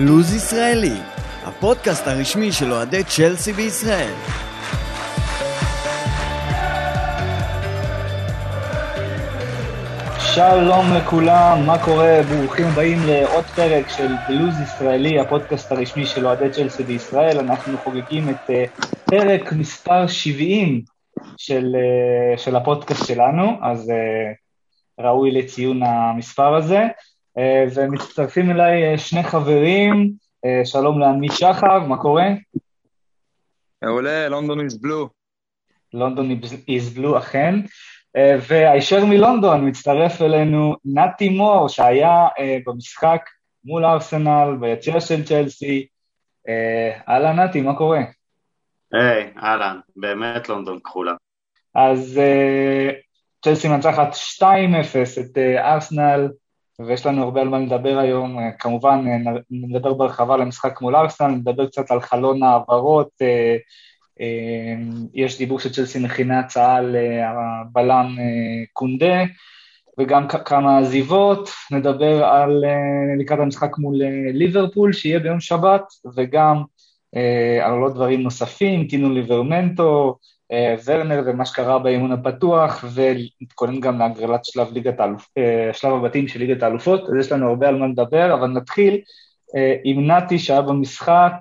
לוז ישראלי, הפודקאסט הרשמי של אוהדי צ'לסי בישראל. שלום לכולם, מה קורה? ברוכים הבאים לעוד פרק של לוז ישראלי, הפודקאסט הרשמי של אוהדי צ'לסי בישראל. אנחנו חוגגים את פרק מספר 70 של הפודקאסט שלנו, אז ראוי לציון המספר הזה. ומצטרפים אליי שני חברים, שלום לעמית שחר, מה קורה? מעולה, לונדון is blue. לונדון is blue, אכן. והישר מלונדון מצטרף אלינו נתי מור, שהיה במשחק מול ארסנל, ביציע של צ'לסי. אהלן נתי, מה קורה? היי, אהלן, באמת לונדון כחולה. אז צ'לסי מנצחת 2-0 את ארסנל, ויש לנו הרבה על מה לדבר היום. כמובן נדבר ברחבה למשחק מול ארסנל, נדבר קצת על חלון העברות, יש דיבור שצ'לסי מכינה הצעה על הבלם קונדה, וגם כמה עזיבות. נדבר על לקראת המשחק מול ליברפול שיהיה ביום שבת, וגם על עוד דברים נוספים, טינו ליברמנטו, ורנר ומה שקרה באימון הפתוח, ונתכונן גם להגרלת שלב הבתים של ליגת האלופות. אז יש לנו הרבה על מה לדבר, אבל נתחיל עם נתי שהיה במשחק,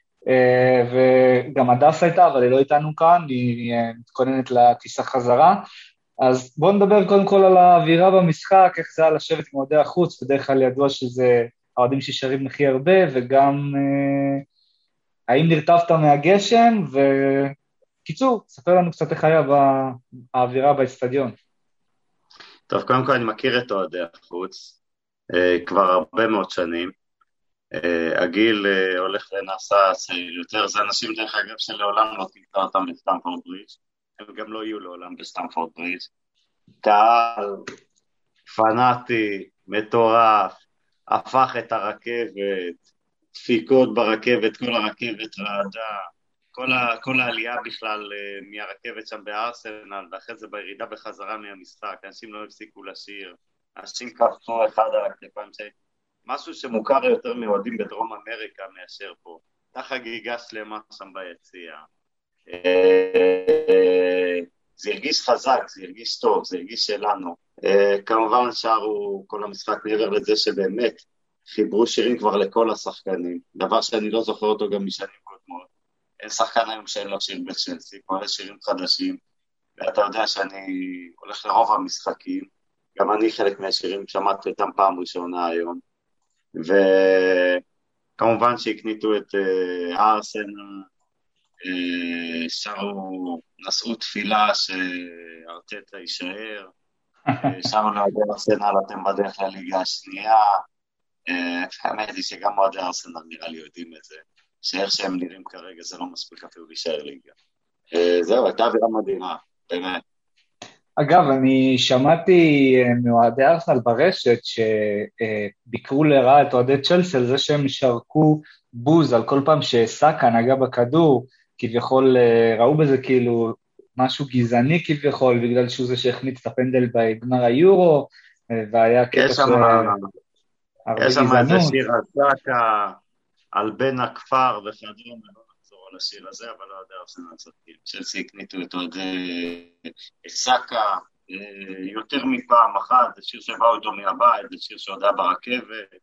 וגם הדס הייתה, אבל היא לא איתנו כאן, היא מתכוננת לטיסה חזרה. אז בואו נדבר קודם כל על האווירה במשחק, איך זה היה לשבת עם אוהדי החוץ, בדרך כלל ידוע שזה האוהדים ששרים הכי הרבה, וגם האם נרטבת מהגשם, וקיצור, ספר לנו קצת איך היה באווירה באצטדיון. טוב, קודם כל אני מכיר את אוהדי החוץ, כבר הרבה מאוד שנים, הגיל הולך ונעשה יותר, זה אנשים דרך אגב שלעולם לא תקטע אותם בסטמפורד ברידג', הם גם לא יהיו לעולם בסטמפורד ברידג'. קהל, פנאטי, מטורף, הפך את הרכבת, דפיקות ברכבת, כל הרכבת רעדה, כל העלייה בכלל מהרכבת שם בארסנל, ואחרי זה בירידה בחזרה מהמשחק, אנשים לא הפסיקו לשיר, אנשים קפצו אחד על הכתפיים שלי, משהו שמוכר יותר מאוהדים בדרום אמריקה מאשר פה. הייתה חגיגה שלמה שם ביציע. זה הרגיש חזק, זה הרגיש טוב, זה הרגיש שלנו. כמובן שרו כל המשחק מעבר לזה שבאמת חיברו שירים כבר לכל השחקנים. דבר שאני לא זוכר אותו גם משנים קודמות. אין שחקן היום שאין לו שיר בצ'לסי, כבר יש שירים חדשים. ואתה יודע שאני הולך לרוב המשחקים. גם אני חלק מהשירים שמעתי אותם פעם ראשונה היום. וכמובן שהקניתו את ארסנל, שרו, נשאו תפילה שארטטה יישאר, שרו לעודי ארסנל, אתם בדרך לליגה השנייה. האמת היא שגם עודי ארסנל נראה לי יודעים את זה, שאיך שהם נראים כרגע זה לא מספיק אפילו להישאר ליגה. זהו, הייתה אווירה מדהימה, באמת. אגב, אני שמעתי מאוהדי ארסנל ברשת שביקרו לרעה את אוהדי צ'לסי על זה שהם שרקו בוז על כל פעם שסאקה נגע בכדור, כביכול ראו בזה כאילו משהו גזעני כביכול, בגלל שהוא זה שהחמיץ את הפנדל בגמר היורו, והיה קטע יש שם איזה שיר על סאקה, על בן הכפר וכדומה, לא נחזור על השיר הזה, אבל לא יודע ארסנל צודקים. צ'לסי הקניתו את אוהדי סאקה יותר מפעם אחת, זה שיר שבאו אותו מהבית, זה שיר שעוד היה ברכבת,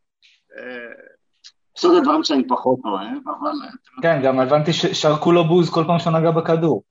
בסוד הדברים שאני פחות אוהב, אבל... כן, גם הבנתי ששרקו לו בוז כל פעם שנגע בכדור.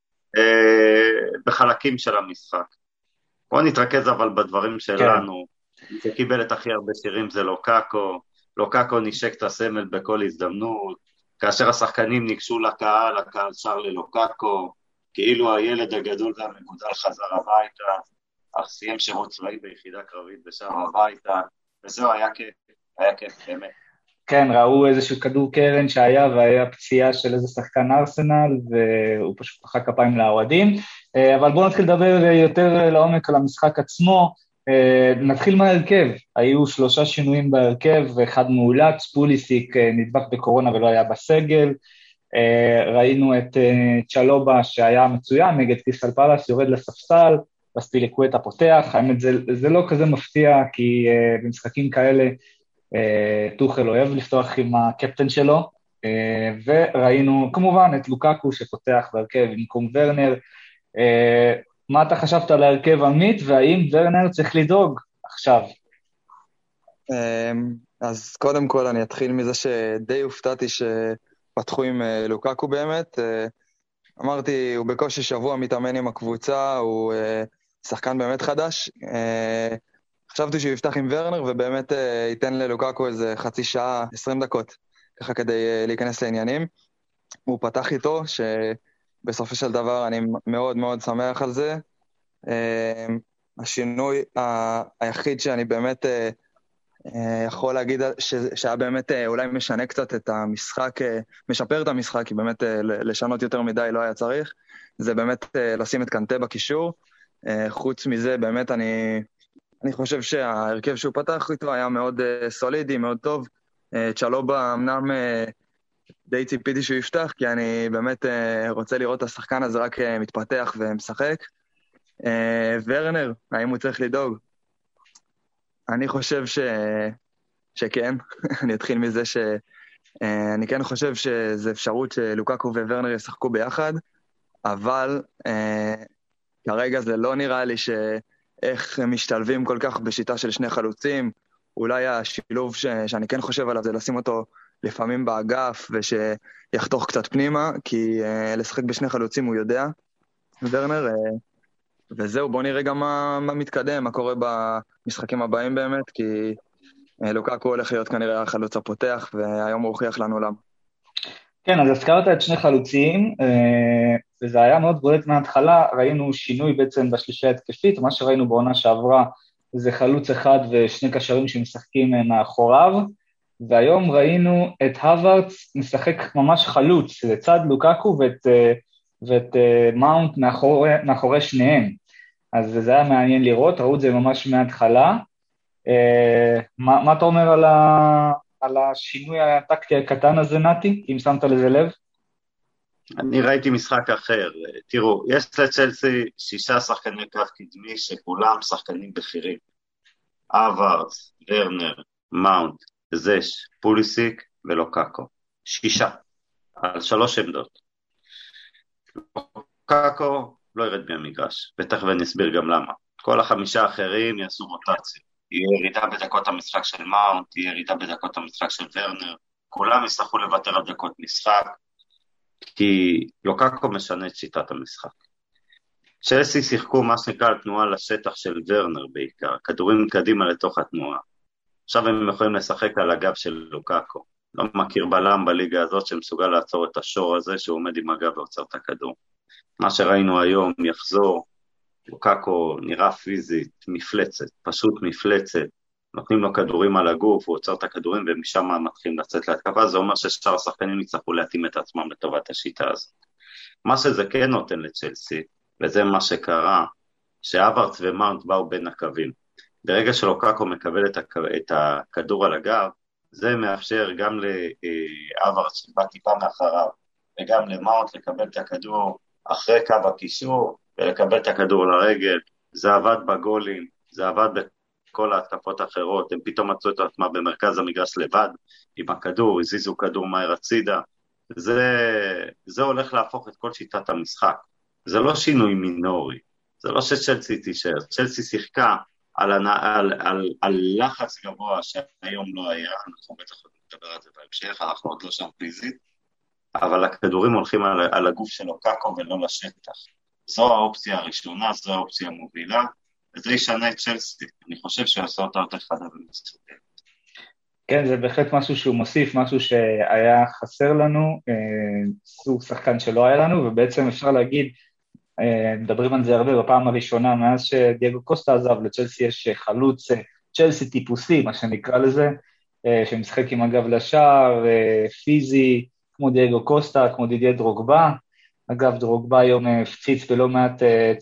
בחלקים של המשחק. בואו נתרכז אבל בדברים שלנו, שקיבל את הכי הרבה שירים זה לוקאקו נשק את הסמל בכל הזדמנות, כאשר השחקנים ניגשו לקהל, הקהל שר ללוקאקו, כאילו הילד הגדול והמגודל חזר הביתה, אך סיים שירות צבאי ביחידה קרבית ושב הביתה, וזהו, היה כיף, באמת. כן, ראו איזשהו כדור קרן שהיה, והיה פציעה של איזה שחקן ארסנל, והוא פשוט פחק כפיים לאוהדים. אבל בואו נתחיל לדבר יותר לעומק על המשחק עצמו. נתחיל מההרכב. היו 3 שינויים בהרכב, אחד מאולץ, פוליסיק נדבק בקורונה ולא היה בסגל. ראינו את צ'לובה שהיה מצוין נגד קריסטל פלאס, יורד לספסל, אספיליקווטה פותח. האמת, זה לא כזה מפתיע, כי במשחקים כאלה טוחל אוהב לפתוח עם הקפטן שלו, וראינו כמובן את לוקאקו שפותח בהרכב במקום ורנר. מה אתה חשבת על ההרכב עמית, והאם ורנר צריך לדאוג עכשיו? אז קודם כל אני אתחיל מזה שדי הופתעתי שפתחו עם לוקאקו באמת. אמרתי, הוא בקושי שבוע מתאמן עם הקבוצה, הוא שחקן באמת חדש. חשבתי שהוא יפתח עם ורנר ובאמת ייתן ללוקאקו איזה חצי שעה, 20 דקות, ככה כדי להיכנס לעניינים. הוא פתח איתו, שבסופו של דבר אני מאוד מאוד שמח על זה. השינוי היחיד שאני באמת יכול להגיד שהיה באמת אולי משנה קצת את המשחק, משפר את המשחק, כי באמת לשנות יותר מדי לא היה צריך, זה באמת לשים את קנטה בקישור. חוץ מזה באמת אני חושב שההרכב שהוא פתח איתו היה מאוד סולידי, מאוד טוב. צ'לובה אמנם די ציפיתי שהוא יפתח, כי אני באמת רוצה לראות את השחקן הזה רק מתפתח ומשחק. ורנר, האם הוא צריך לדאוג? אני חושב שכן. אני אתחיל מזה שאני כן חושב שזו אפשרות שלוקאקו וורנר ישחקו ביחד, אבל כרגע זה לא נראה לי איך הם משתלבים כל כך בשיטה של שני חלוצים. אולי השילוב שאני כן חושב עליו זה לשים אותו לפעמים באגף ושיחתוך קצת פנימה, כי לשחק בשני חלוצים הוא יודע, ורנר, וזהו, בוא נראה גם מה מתקדם, מה קורה במשחקים הבאים באמת, כי לוקאקו הולך להיות כנראה החלוץ הפותח, והיום הוא הוכיח לנו למה. כן, אז הזכרת את שני חלוצים, וזה היה מאוד בולט מההתחלה. ראינו שינוי בעצם בשלישה התקפית, מה שראינו בעונה שעברה זה חלוץ אחד ושני קשרים שמשחקים מאחוריו, והיום ראינו את הוורץ משחק ממש חלוץ לצד לוקאקו ואת מאונט מאחורי שניהם. אז זה היה מעניין לראות, ראו את זה ממש מההתחלה. מה אתה אומר על השינוי הטקטי הקטן הזה, נתי, אם שמת לזה לב? אני ראיתי משחק אחר. תראו, יש לצ'לסי 6 שחקני קו קדמי שכולם שחקנים בכירים. אברץ, ורנר, מאונט, זש, פוליסיק ולוקאקו. 6 על 3 עמדות. לוקאקו לא ירד מהמגרש, ותכף אני אסביר גם למה. כל 5 האחרים יעשו רוטציה. יהיה ירידה בדקות המשחק של מאונט, תהיה ירידה בדקות המשחק של ורנר, כולם יצטרכו לוותר על דקות משחק, כי לוקאקו משנה את שיטת המשחק. צ'לסי שיחקו מה שנקרא על תנועה לשטח של ורנר בעיקר, כדורים קדימה לתוך התנועה. עכשיו הם יכולים לשחק על הגב של לוקאקו. לא מכיר בלם בליגה הזאת שמסוגל לעצור את השור הזה שהוא עומד עם הגב ועוצר את הכדור. מה שראינו היום יחזור, לוקאקו נראה פיזית, מפלצת, פשוט מפלצת, נותנים לו כדורים על הגוף, הוא עוצר את הכדורים ומשם מתחילים לצאת להתקפה, זה אומר ששאר השחקנים יצטרכו להתאים את עצמם לטובת השיטה הזאת. מה שזה כן נותן לצ'לסי, וזה מה שקרה, שאברץ ומאונט באו בין הקווים. ברגע שלוקאקו מקבל את הכדור על הגב, זה מאפשר גם לאברץ שבא טיפה מאחריו, וגם למאונט לקבל את הכדור אחרי קו הקישור, ולקבל את הכדור לרגל. זה עבד בגולים, זה עבד בכל ההתקפות האחרות, הם פתאום מצאו את עצמם במרכז המגרש לבד, עם הכדור, הזיזו כדור מהר הצידה. זה הולך להפוך את כל שיטת המשחק. זה לא שינוי מינורי, זה לא שצ'לסי תישאר, צ'לסי שיחקה על לחץ גבוה שהיום לא היה, אנחנו בטח נדבר על זה בהמשך, אנחנו עוד לא שם פיזית, אבל הכדורים הולכים על הגוף של לוקאקו ולא לשטח. זו האופציה הראשונה, זו האופציה המובילה, וזה ישנה את צ'לסי. אני חושב שעשה אותה יותר חדה ומסוגלת. כן, זה בהחלט משהו שהוא מוסיף, משהו שהיה חסר לנו, סוג שחקן שלא היה לנו, ובעצם אפשר להגיד, מדברים על זה הרבה בפעם הראשונה, מאז שדייגו קוסטה עזב, לצ'לסי יש חלוץ צ'לסי טיפוסי, מה שנקרא לזה, שמשחק עם הגב לשער, פיזי, כמו דייגו קוסטה, כמו דידיה דרוגבה. אגב, דרוגבה היום הפציץ בלא מעט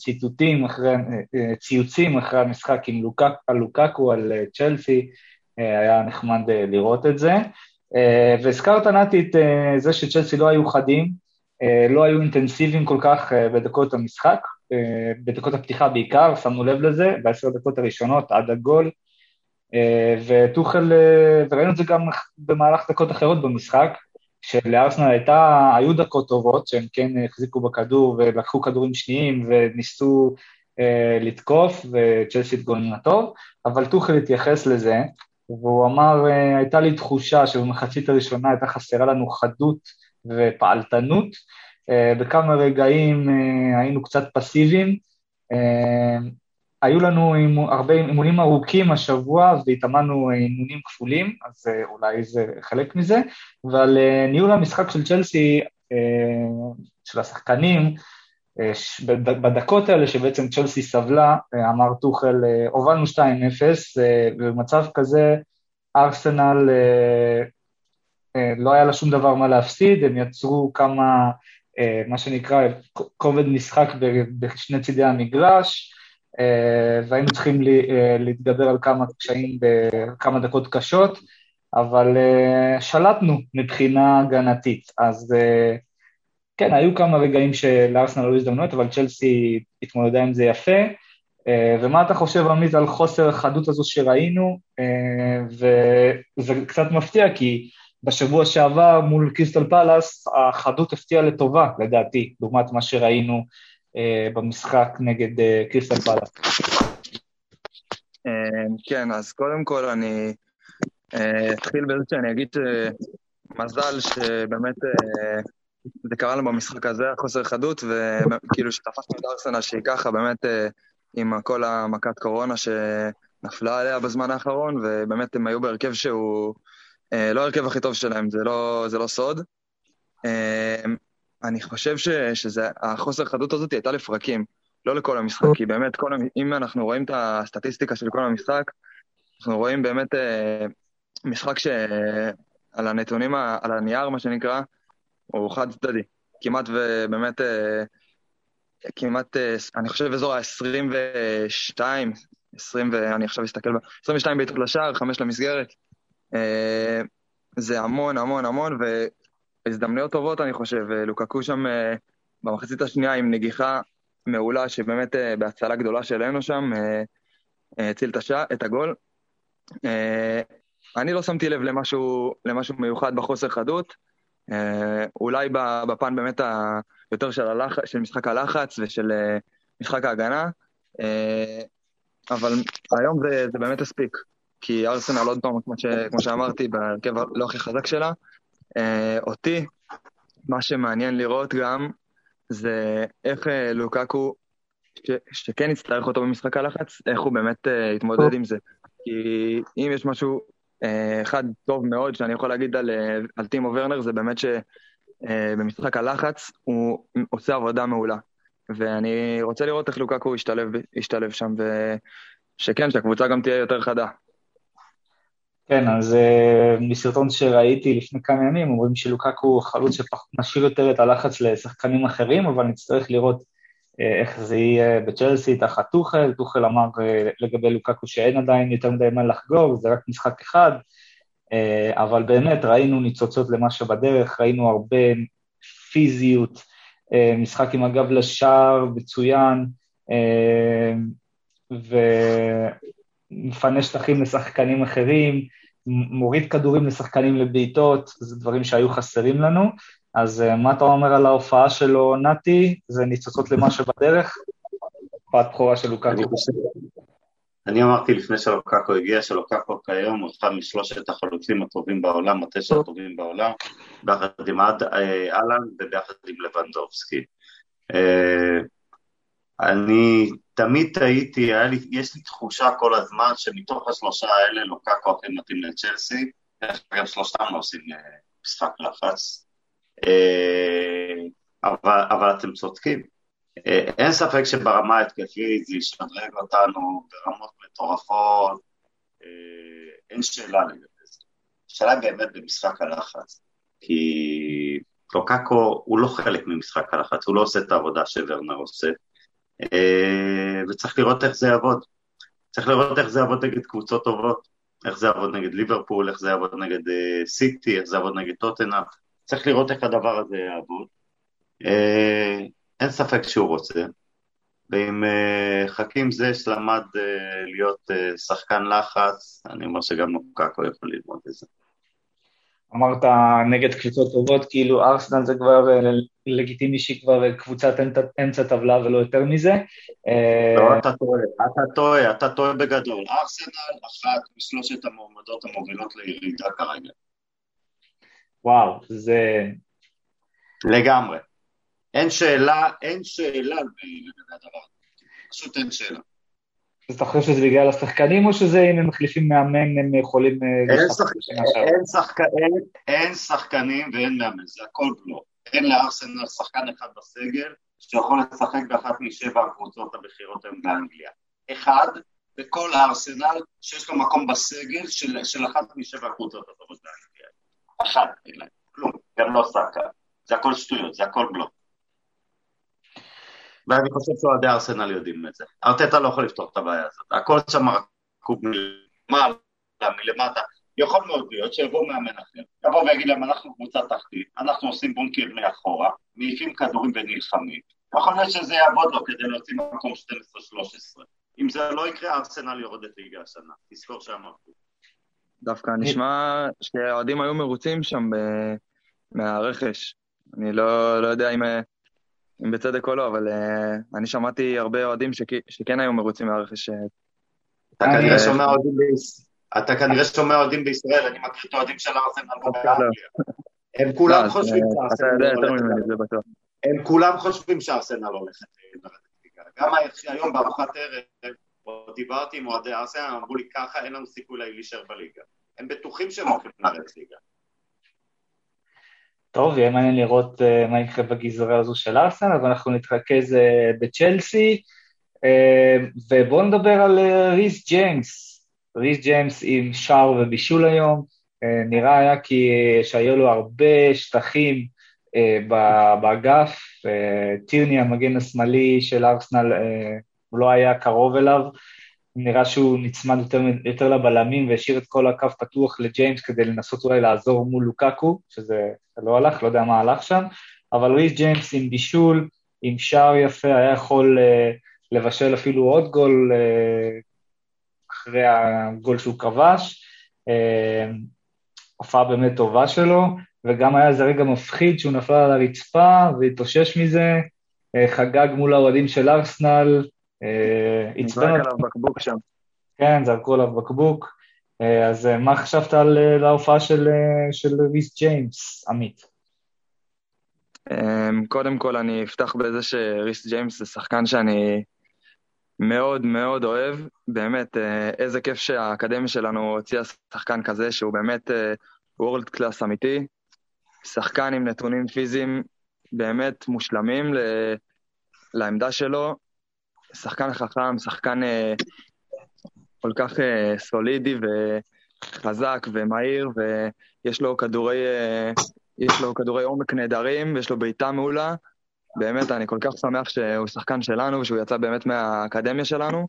ציוצים אחרי המשחק עם לוקאקו על צ'לסי, היה נחמד לראות את זה. והזכרת נתי את זה שצ'לסי לא היו חדים, לא היו אינטנסיביים כל כך בדקות המשחק, בדקות הפתיחה בעיקר, שמנו לב לזה, ב10 דקות הראשונות עד הגול, וראינו את זה גם במהלך דקות אחרות במשחק, שלארסנל היו דקות טובות, שהם כן החזיקו בכדור ולקחו כדורים שניים וניסו לתקוף, וצ'לסי התגוננה טוב, אבל טוחל התייחס לזה, והוא אמר, הייתה לי תחושה שבמחצית הראשונה הייתה חסרה לנו חדות ופעלתנות, בכמה רגעים היינו קצת פסיביים, היו לנו הרבה אימונים ארוכים השבוע, והתאמנו אימונים כפולים, אז אולי זה חלק מזה, ועל ניהול המשחק של צ'לסי, של השחקנים, בדקות האלה שבעצם צ'לסי סבלה, אמר טוחל, הובלנו 2-0, ובמצב כזה ארסנל לא היה לה שום דבר מה להפסיד, הם יצרו כמה, מה שנקרא, כובד משחק בשני צידי המגרש, והיינו צריכים להתגבר על כמה קשיים בכמה דקות קשות, אבל שלטנו מבחינה הגנתית, אז כן, היו כמה רגעים שלארסנל לא הזדמנויות, אבל צ'לסי התמודדה עם זה יפה, ומה אתה חושב עמית על חוסר החדות הזו שראינו, וזה קצת מפתיע, כי בשבוע שעבר מול קריסטל פלאס, החדות הפתיעה לטובה, לדעתי, לעומת מה שראינו במשחק נגד קריסטל פלאס. כן, אז קודם כל אני אתחיל בזה שאני אגיד מזל שבאמת זה קרה לנו במשחק הזה, חוסר חדות, וכאילו שתפסנו את ארסנל שהיא ככה באמת עם כל המכת קורונה שנפלה עליה בזמן האחרון, ובאמת הם היו בהרכב שהוא לא הרכב הכי טוב שלהם, זה לא סוד. אני חושב שהחוסר חדות הזאת הייתה לפרקים, לא לכל המשחק, כי באמת אם אנחנו רואים את הסטטיסטיקה של כל המשחק, אנחנו רואים באמת משחק שעל הנתונים, על הנייר מה שנקרא, הוא חד צדדי, כמעט ובאמת, כמעט, אני חושב אזור ה-22, אני עכשיו אסתכל 22 בעיטות לשער, 5 למסגרת, זה המון, המון, המון, והזדמנויות טובות אני חושב, לוקקו שם במחצית השנייה עם נגיחה מעולה, שבאמת בהצלה גדולה שלנו שם, הציל את הגול. אני לא שמתי לב למשהו מיוחד בחוסר חדות, אולי בפן באמת יותר של משחק הלחץ ושל משחק ההגנה, אבל היום זה באמת הספיק, כי ארסנל עוד פעם, כמו שאמרתי, בהרכב לא הכי חזק שלה. אותי, מה שמעניין לראות גם, זה איך לוקקו, שכן יצטרך אותו במשחק הלחץ, איך הוא באמת יתמודד עם זה. כי אם יש משהו אחד טוב מאוד שאני יכול להגיד על טימו ורנר, זה באמת שבמשחק הלחץ הוא עושה עבודה מעולה. ואני רוצה לראות איך לוקקו ישתלב שם, ושכן, שהקבוצה גם תהיה יותר חדה. כן, אז מסרטון שראיתי לפני כמה ימים, אומרים שלוקקו חלוץ שמשאיר יותר את הלחץ לשחקנים אחרים, אבל נצטרך לראות איך זה יהיה בצ'לסי תחת טוחל. טוחל אמר לגבי לוקקו שאין עדיין יותר מדי מה לחגוג, זה רק משחק אחד, אבל באמת ראינו ניצוצות למה שבדרך, ראינו הרבה פיזיות, משחק עם הגב לשער, מצוין, ומפנה שטחים לשחקנים אחרים, מוריד כדורים לשחקנים לבעיטות, זה דברים שהיו חסרים לנו. אז מה אתה אומר על ההופעה שלו, נתי? זה ניצוצות למה שבדרך? הופעת בחורה של לוקקו. אני אמרתי לפני שלוקקו הגיע, שלוקקו כיום הוא אחד משלושת החלוצים הטובים בעולם, 9 הטובים בעולם, ביחד עם אלן וביחד עם לבנדובסקי. אני תמיד טעיתי, יש לי תחושה כל הזמן שמתוך השלושה האלה לוקקו הכי מתאים לצ'לסי, גם שלושתם לא עושים משחק לחץ, אבל אתם צודקים. אין ספק שברמה התקפית זה ישדרג אותנו ברמות מטורפות, אין שאלה לגבי זה. השאלה באמת במשחק הלחץ, כי לוקקו הוא לא חלק ממשחק הלחץ, הוא לא עושה את העבודה שוורנר עושה, וצריך לראות איך זה יעבוד. צריך לראות איך זה יעבוד נגד קבוצות טובות, איך זה יעבוד נגד ליברפול, איך זה יעבוד נגד סיטי, איך זה יעבוד נגד טוטנהאם. צריך לראות איך הדבר הזה יעבוד. אין ספק שהוא רוצה, ועם חכים זה שלמד להיות שחקן לחץ, אני אומר שגם לוקאקו יכול ללמוד את זה. אמרת נגד קבוצות טובות, כאילו ארסנל זה כבר לגיטימי שהיא כבר קבוצת אמצע טבלה ולא יותר מזה. לא, אתה טועה בגדול. ארסנל אחת משלושת המועמדות המובילות לירידה כרגע. וואו, זה... לגמרי. אין שאלה לגבי הדבר. פשוט אין שאלה. אז אתה חושב שזה בגלל השחקנים, או שזה אם הם מחליפים מאמן, הם יכולים... אין שחקנים ואין מאמן, זה הכל לא. אין לארסנל שחקן אחד בסגל, שיכול לשחק באחת משבע הקבוצות הבכירות היום באנגליה. אחד, בכל הארסנל שיש לו מקום בסגל של אחת משבע הקבוצות הטובות באנגליה. אחד, אין להם, כלום, גם לא שחקן. זה הכל שטויות, זה הכל בלוק. ואני חושב שאוהדי ארסנל יודעים את זה. ארטטה לא יכול לפתור את הבעיה הזאת. הכל שם רקוב מלמטה. יכול מאוד להיות שיבוא מאמן אחר. יבוא ויגיד להם, אנחנו קבוצה תחתית, אנחנו עושים בונקר מאחורה, מעיפים כדורים ונלחמים. יכול להיות שזה יעבוד לו כדי להוציא מקום 12-13. אם זה לא יקרה, ארסנל יורדת ליגה השנה. תזכור שאמרתי. דווקא נשמע שהאוהדים היו מרוצים שם מהרכש. אני לא יודע אם בצדק או לא, אבל אני שמעתי הרבה אוהדים שכן היו מרוצים מהרכש. אתה כנראה שומע אוהדים בישראל, אני מכיר את האוהדים של ארסנל באנגליה. הם כולם חושבים שארסנל הולכת לרדת ליגה. גם היום בארוחת ערב, דיברתי עם אוהדי ארסנל, אמרו לי ככה, אין לנו סיכוי להישאר בליגה. הם בטוחים שהם הולכים לרדת ליגה. טוב, יהיה מעניין לראות מה יקרה בגזרה הזו של ארסנל, אבל אנחנו נתרכז בצ'לסי, ובואו נדבר על ריס ג'יימס. ריס ג'יימס עם שער ובישול היום, נראה היה שהיו לו הרבה שטחים באגף, טירני המגן השמאלי של ארסנל לא היה קרוב אליו, נראה שהוא נצמד יותר לבלמים והשאיר את כל הקו פתוח לג'יימס כדי לנסות אולי לעזור מול לוקאקו, שזה לא הלך, לא יודע מה הלך שם, אבל ריס ג'יימס עם בישול, עם שער יפה, היה יכול לבשל אפילו עוד גול אחרי הגול שהוא כבש, הופעה באמת טובה שלו, וגם היה איזה רגע מפחיד שהוא נפל על הרצפה והתאושש מזה, חגג מול האוהדים של ארסנל, נזרק עליו בקבוק שם. כן, זרקו עליו בקבוק. אז מה חשבת על ההופעה של ריס ג'יימס, עמית? קודם כל אני אפתח בזה שריס ג'יימס זה שחקן שאני מאוד מאוד אוהב. באמת, איזה כיף שהאקדמיה שלנו הוציאה שחקן כזה, שהוא באמת וורלד קלאס אמיתי. שחקן עם נתונים פיזיים באמת מושלמים לעמדה שלו. שחקן חכם, שחקן כל כך סולידי וחזק ומהיר, ויש לו כדורי עומק נהדרים, ויש לו בעיטה מעולה. באמת, אני כל כך שמח שהוא שחקן שלנו, ושהוא יצא באמת מהאקדמיה שלנו.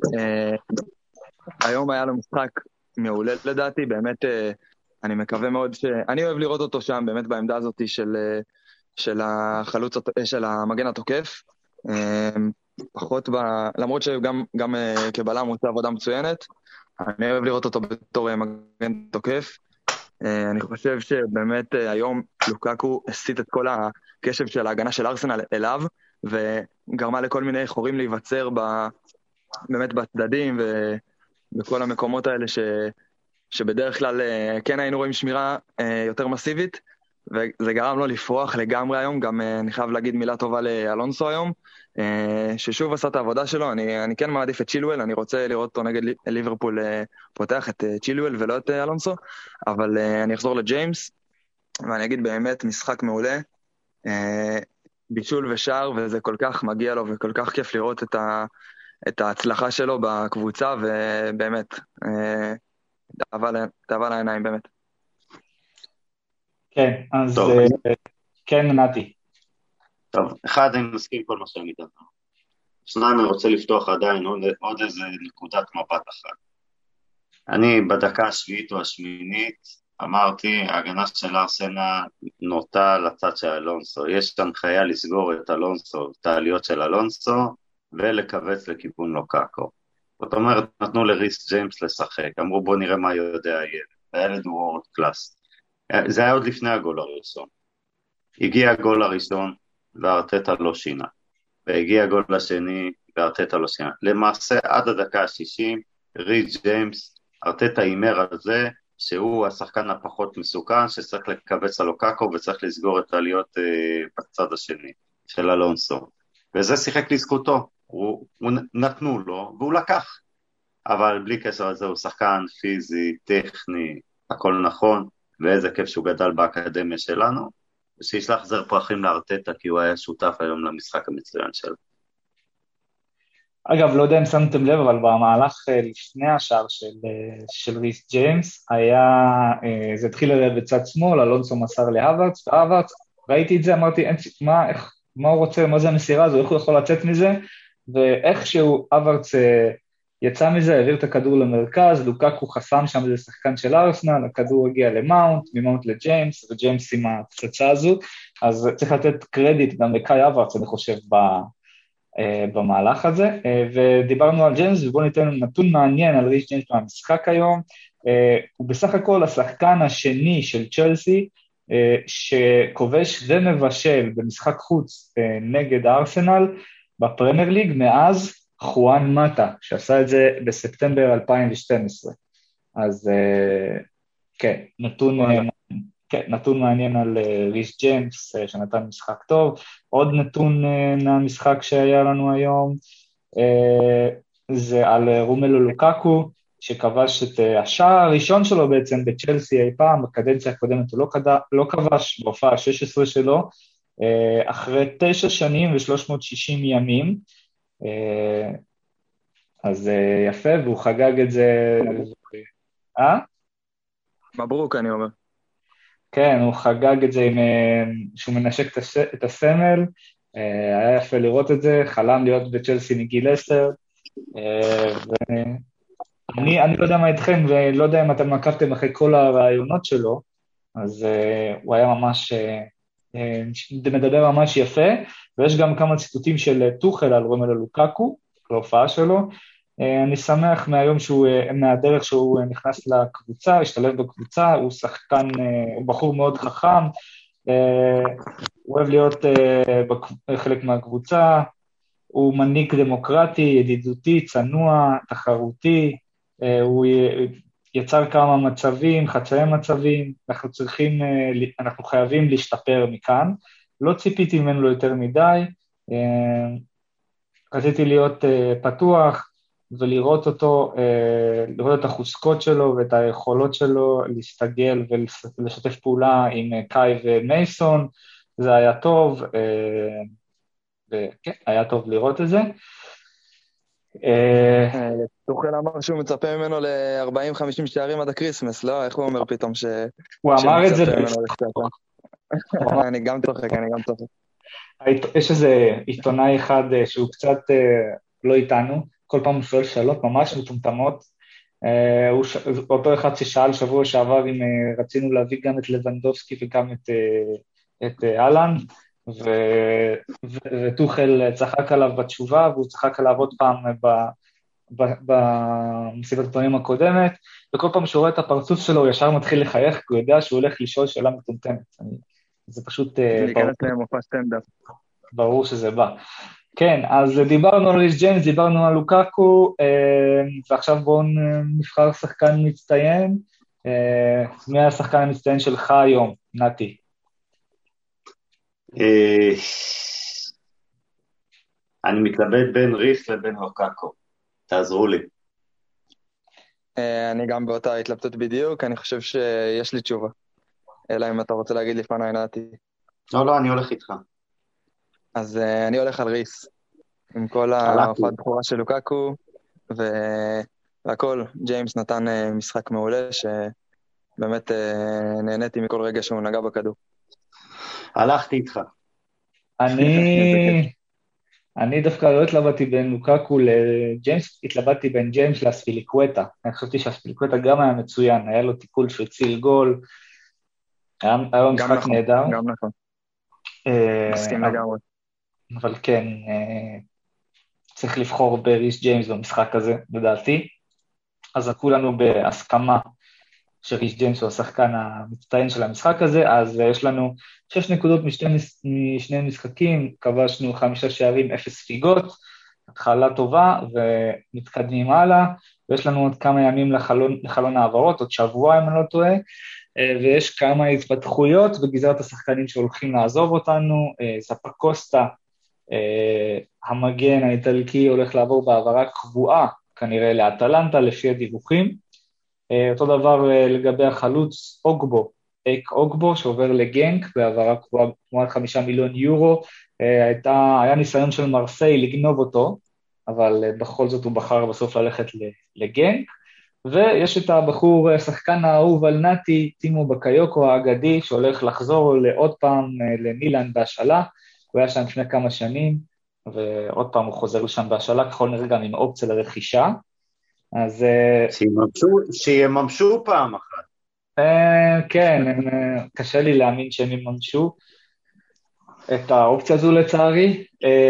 היום היה לו משחק מעולה לדעתי, באמת אני מקווה מאוד אני אוהב לראות אותו שם, באמת בעמדה הזאת של החלוץ, של המגן התוקף. פחות למרות שגם כבלם הוא עושה עבודה מצוינת, אני אוהב לראות אותו בתור מגן תוקף. אני חושב שבאמת היום לוקאקו הסיט את כל הקשב של ההגנה של ארסנל אליו, וגרמה לכל מיני חורים להיווצר באמת בצדדים ובכל המקומות האלה שבדרך כלל כן היינו רואים שמירה יותר מסיבית, וזה גרם לו לפרוח לגמרי היום. גם אני חייב להגיד מילה טובה לאלונסו היום, ששוב עשה את העבודה שלו. אני כן מעדיף את צ'ילואל, אני רוצה לראות אותו נגד ליברפול פותח את צ'ילואל ולא את אלונסו, אבל אני אחזור לג'יימס, ואני אגיד באמת משחק מעולה, בישול ושער, וזה כל כך מגיע לו, וכל כך כיף לראות את ההצלחה שלו בקבוצה, ובאמת, תאווה לעיניים באמת. כן, אז כן, נתי. טוב, אחד, אני מסכים כל מה שאני מדבר. שניים, אני רוצה לפתוח עדיין עוד איזה נקודת מבט אחת. אני בדקה השביעית או השמינית אמרתי, ההגנה של ארסנל נוטה לצד של אלונסו. יש הנחיה לסגור את אלונסו, את העליות של אלונסו, ולקבץ לכיוון לוקאקו. זאת אומרת, נתנו לריס ג'יימס לשחק, אמרו בוא נראה מה יודע הילד, הילד הוא וורד קלאס. זה היה עוד לפני הגול הראשון. הגיע הגול הראשון וארטטה לא שינה, והגיע הגול השני וארטטה לא שינה. למעשה עד הדקה ה-60, ריס ג'יימס, ארטטה הימר על זה, שהוא השחקן הפחות מסוכן, שצריך לקבץ על לוקאקו וצריך לסגור את העליות בצד השני של אלונסו. וזה שיחק לזכותו, הוא נתנו לו והוא לקח. אבל בלי קשר לזה הוא שחקן פיזי, טכני, הכל נכון, ואיזה כיף שהוא גדל באקדמיה שלנו, ושישלח זר פרחים לארטטה, כי הוא היה שותף היום למשחק המצוין שלו. אגב, לא יודע אם שמתם לב, אבל במהלך לפני השער של ריס ג'יימס, זה התחיל בצד שמאל, אלונסו מסר להוורץ, והוורץ, ראיתי את זה, אמרתי, מה הוא רוצה, מה זה המסירה הזו, איך הוא יכול לצאת מזה, ואיכשהו הוורץ יצא מזה, העביר את הכדור למרכז, לוקאקו חסם שם איזה שחקן של ארסנל, הכדור הגיע למאונט, ממאונט לג'יימס, וג'יימס עם הפצצה הזו, אז צריך לתת קרדיט גם לקאי הוורץ, אני חושב, במהלך הזה, ודיברנו על ג'יימס, ובואו ניתן נתון מעניין על ריס ג'יימס מהמשחק היום, הוא בסך הכל השחקן השני של צ'לסי, שכובש ומבשל במשחק חוץ נגד הארסנל, בפרמייר ליג מאז חואן מטה, שעשה את זה בספטמבר 2012. אז כן, נתון מעניין על ריס ג'יימס, שנתן משחק טוב. עוד נתון מהמשחק שהיה לנו היום, זה על רומלו לוקאקו, שכבש את השער הראשון שלו בעצם בצ'לסי אי פעם, בקדנציה הקודמת הוא לא כבש, בהופעה ה-16 שלו, אחרי 9 שנים ו-360 ימים, אז יפה, והוא חגג את זה... מברוק, אני אומר. כן, הוא חגג את זה שהוא מנשק את הסמל, היה יפה לראות את זה, חלם להיות בצ'לסי מגיל 10, אני לא יודע מה איתכם, ולא יודע אם אתם עקבתם אחרי כל הרעיונות שלו, אז הוא היה ממש, מדבר ממש יפה, ויש גם כמה ציטוטים של טוחל על רומלו לוקאקו, להופעה שלו, אני שמח מהדרך שהוא נכנס לקבוצה, השתלב בקבוצה, הוא שחקן, הוא בחור מאוד חכם, הוא אוהב להיות חלק מהקבוצה, הוא מנהיג דמוקרטי, ידידותי, צנוע, תחרותי, הוא יצר כמה מצבים, חצאי מצבים, אנחנו חייבים להשתפר מכאן, לא ציפיתי ממנו יותר מדי, רציתי להיות פתוח ולראות אותו, לראות את החוזקות שלו ואת היכולות שלו, להסתגל ולשתף פעולה עם קאי ומייסון, זה היה טוב, וכן, היה טוב לראות את זה. טוחל אמר שהוא מצפה ממנו ל-40-50 שערים עד הקריסמס, לא? איך הוא אומר פתאום ש... הוא אמר את זה... אני גם צוחק. יש איזה עיתונאי אחד שהוא קצת לא איתנו, כל פעם הוא שואל שאלות ממש מטומטמות, אותו אחד ששאל שבוע שעבר אם רצינו להביא גם את לבנדובסקי וגם את אלן, וטוחל צחק עליו בתשובה, והוא צחק עליו עוד פעם במסיבת הפעמים הקודמת, וכל פעם שהוא רואה את הפרצוף שלו, הוא ישר מתחיל לחייך, כי הוא יודע שהוא הולך לשאול שאלה מטומטמת. זה פשוט... להיכנס למופע סטנדאפ. ברור שזה בא. כן, אז דיברנו על ריס ג'יימס, דיברנו על לוקאקו, ועכשיו בואו נבחר שחקן מצטיין. מי השחקן המצטיין שלך היום, נתי? אני מתלבט בין ריס לבין לוקאקו, תעזרו לי. אני גם באותה התלבטות בדיוק, אני חושב שיש לי תשובה. אלא אם אתה רוצה להגיד לפני נתי. לא, אני הולך איתך. אז אני הולך על ריס, עם כל ההופעת בחורה של לוקאקו, והכל, ג'יימס נתן משחק מעולה, שבאמת נהניתי מכל רגע שהוא נגע בכדור. הלכתי איתך. אני דווקא לא התלבטתי בין לוקאקו לג'יימס, התלבטתי בין ג'יימס לאספיליקווטה. אני חשבתי שאספיליקווטה גם היה מצוין, היה לו טיפול שהציל גול, היה משחק נהדר. גם נכון. מסכים לגמרי. אבל כן, צריך לבחור בריס ג'יימס במשחק הזה, לדעתי. אז כולנו בהסכמה שריס ג'יימס הוא השחקן המצטיין של המשחק הזה, אז יש לנו 6 נקודות משני משחקים, כבשנו 5 שערים, 0 ספיגות, התחלה טובה, ומתקדמים הלאה, ויש לנו עוד כמה ימים לחלון העברות, עוד שבוע אם אני לא טועה, ויש כמה התפתחויות בגזרת השחקנים שהולכים לעזוב אותנו, ספקוסטה, המגן האיטלקי הולך לעבור בעברה קבועה, כנראה לאטלנטה לפי הדיווחים, אותו דבר לגבי החלוץ אוגבו, שעובר לגנק בעברה קבועה תמורת 5 מיליון יורו, היה ניסיון של מרסיי לגנוב אותו, אבל בכל זאת הוא בחר בסוף ללכת לגנק, ויש את הבחור, שחקן האהוב על נתי, טימו בקיוקו האגדי, שהולך לחזור לעוד פעם למילאן בהשאלה, הוא היה שם לפני כמה שנים, ועוד פעם הוא חוזר לשם בהשאלה, ככל נראה גם עם אופציה לרכישה, אז... שיממשו פעם אחת. כן, קשה לי להאמין שהם יממשו את האופציה הזו לצערי,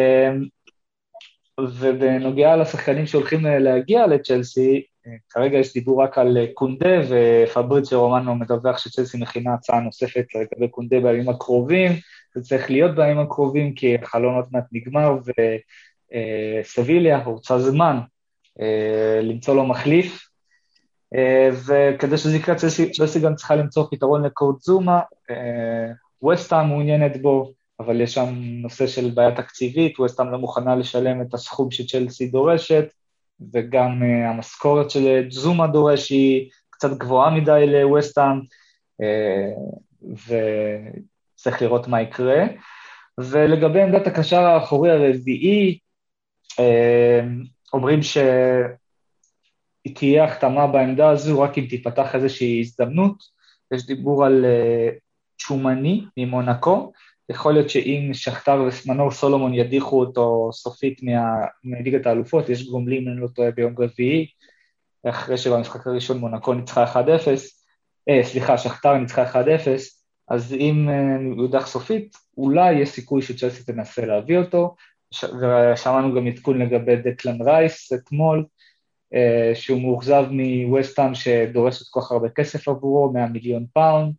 ובנוגע לשחקנים שהולכים להגיע לצ'לסי, כרגע יש דיבור רק על קונדה, ופבריציו רומנו מדווח שצ'לסי מכינה הצעה נוספת לגבי קונדה בימים הקרובים, זה צריך להיות בימים הקרובים, כי החלון עוד מעט נגמר, וסביליה רוצה זמן למצוא לו מחליף, וכדי שזה יקרה, צ'לסי גם צריכה למצוא פתרון לקורט זומה, ווסטהאם מעוניינת בו, אבל יש שם נושא של בעיה תקציבית, ווסטהאם לא מוכנה לשלם את הסכום שצ'לסי דורשת, וגם המשכורת של זומה דורש היא קצת גבוהה מדי לווסטהאם, וצריך לראות מה יקרה. ולגבי עמדת הקשר האחורי הרביעי, אומרים תהיה החתמה בעמדה הזו, רק אם תיפתח איזושהי הזדמנות, יש דיבור על צ'ומני ממונקו, יכול להיות שאם שכתר וסמנור סולומון ידיחו אותו סופית מליגת האלופות, יש גומלים, אני לא טועה, ביום רביעי, אחרי שבמשחק הראשון מונקו ניצחה 1-0, שכתר ניצחה 1-0, אז אם הוא יודח סופית, אולי יש סיכוי שצ'לסי תנסה להביא אותו, ושמענו גם עדכון לגבי דקלן רייס אתמול, שהוא מאוכזב מווסטהאם שדורשת כל כך הרבה כסף עבורו, 100 מיליון פאונד,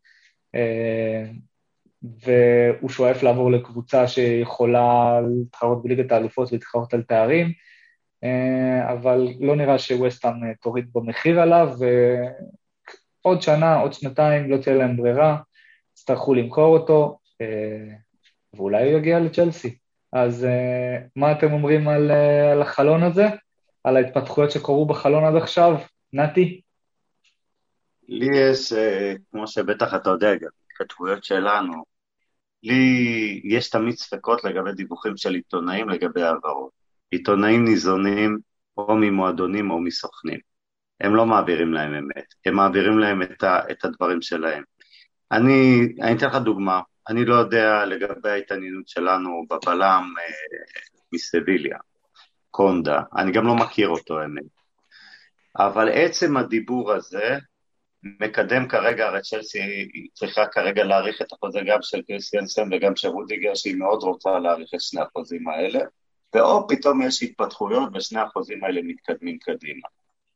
והוא שואף לעבור לקבוצה שיכולה להתחרות בליגת האלופות ולהתחרות על תארים, אבל לא נראה שווסטהאם תוריד במחיר עליו, ועוד שנה, עוד שנתיים לא תהיה להם ברירה, יצטרכו למכור אותו, ואולי הוא יגיע לצ'לסי. אז מה אתם אומרים על החלון הזה? על ההתפתחויות שקורו בחלון עד עכשיו? נתי? לי יש, כמו שבטח אתה יודע, גם התכתבויות שלנו, לי יש תמיד ספקות לגבי דיווחים של עיתונאים לגבי העברות. עיתונאים ניזונים או ממועדונים או מסוכנים. הם לא מעבירים להם אמת, הם מעבירים להם את הדברים שלהם. אני אתן לך דוגמה, אני לא יודע לגבי ההתעניינות שלנו בבלם מסביליה, קונדה, אני גם לא מכיר אותו אמת. אבל עצם הדיבור הזה, מקדם כרגע, הרי צ'לסי צריכה כרגע להאריך את החוזה גם של קריסטיאנסן וגם של רודיגר, שהיא מאוד רוצה להאריך את שני החוזים האלה, ואו פתאום יש התפתחויות ושני החוזים האלה מתקדמים קדימה.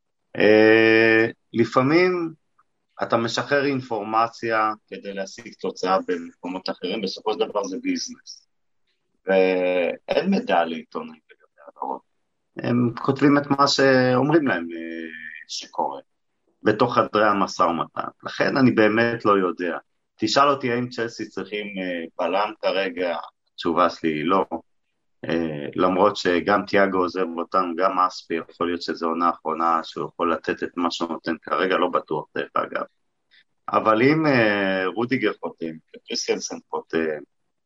לפעמים אתה משחרר אינפורמציה כדי להשיג תוצאה במקומות אחרים, בסופו של דבר זה ביזנס. ואין מידע לעיתונאים לגבי העברות. הם כותבים את מה שאומרים להם שקורה. בתוך חדרי המשא ומתן. לכן אני באמת לא יודע. תשאל אותי האם צ'לסי צריכים בלם כרגע, התשובה שלי היא לא. למרות שגם תיאגו עוזב אותם, גם אספי, יכול להיות שזו עונה האחרונה שהוא יכול לתת את מה שהוא נותן כרגע, לא בטוח דרך אגב. אבל אם רודיגר חותם, קריסטיאנסן חותם,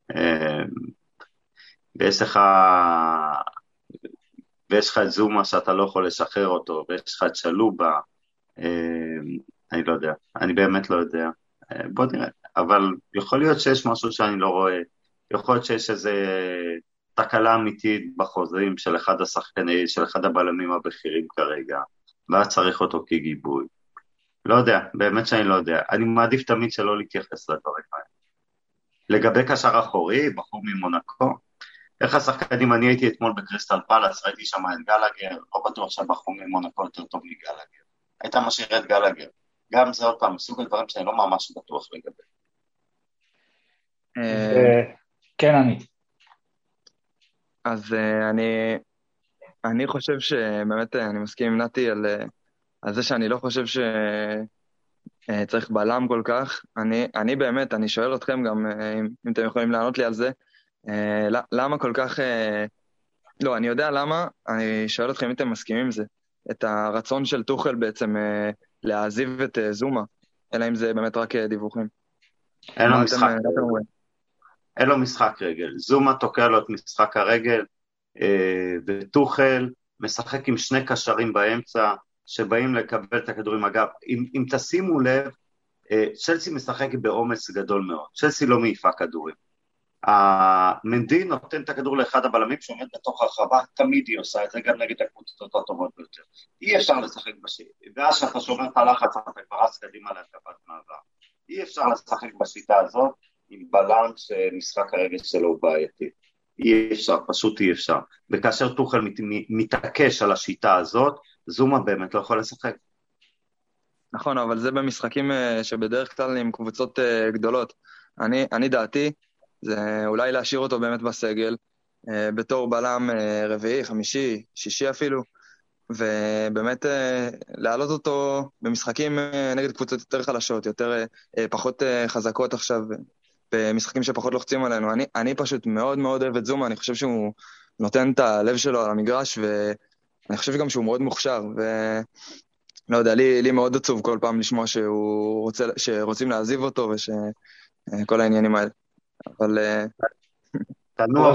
ויש לך את זומה שאתה לא יכול לשחרר אותו, ויש לך את שלובה, אני לא יודע, אני באמת לא יודע, בוא נראה, אבל יכול להיות שיש משהו שאני לא רואה, יכול להיות שיש איזו תקלה אמיתית בחוזרים של אחד השחקנים, של אחד הבלמים הבכירים כרגע, ואז צריך אותו כגיבוי, לא יודע, באמת שאני לא יודע, אני מעדיף תמיד שלא להתייחס לדברים האלה. לגבי קשר אחורי, בחור ממונקו, איך השחקנים, אני הייתי אתמול בקריסטל פלאס, ראיתי שם את גלגר, לא בטוח שהבחור ממונקו יותר טוב מגלגר. הייתה משאיר את גלגר. גם זה עוד פעם, מסוג הדברים שאני לא ממש בטוח לגבי. כן, אז אני חושב שבאמת אני מסכים עם נתי על זה שאני לא חושב שצריך בלם כל כך. אני באמת, אני שואל אתכם גם, אם אתם יכולים לענות לי על זה, למה כל כך, לא, אני יודע למה, אני שואל אתכם אם אתם מסכימים עם זה, את הרצון של טוחל בעצם להעזיב את זומה, אלא אם זה באמת רק דיווחים. אין לו משחק רגל, זומה תוקע לו את משחק הרגל, וטוחל משחק עם שני קשרים באמצע, שבאים לקבל את הכדורים. אגב, אם תשימו לב, צ'לסי משחק בעומס גדול מאוד, צ'לסי לא מעיפה כדורים. מנדי נותן את הכדור לאחד הבלמים שעומד בתוך הרחבה, תמיד היא עושה את זה, גם נגד הקבוצות הטובות ביותר. אי אפשר לשחק בשיטה, ואז שאתה שומר את הלחץ, אתה כבר רץ קדימה להתקפת מעבר. אי אפשר לשחק בשיטה הזאת, עם בלם שמשחק הרגל שלו הוא בעייתי. אי אפשר, פשוט אי אפשר. וכאשר טוחל מתעקש על השיטה הזאת, זומה באמת לא יכול לשחק. נכון, אבל זה במשחקים שבדרך כלל עם קבוצות גדולות. אני דעתי, זה אולי להשאיר אותו באמת בסגל, בתור בלם רביעי, חמישי, שישי אפילו, ובאמת להעלות אותו במשחקים נגד קבוצות יותר חלשות, פחות חזקות עכשיו, במשחקים שפחות לוחצים עלינו. אני פשוט מאוד מאוד אוהב את זומה, אני חושב שהוא נותן את הלב שלו על המגרש, ואני חושב גם שהוא מאוד מוכשר, ולא יודע, לי מאוד עצוב כל פעם לשמוע שרוצים להעזיב אותו, ושכל העניינים האלה. אבל תנוח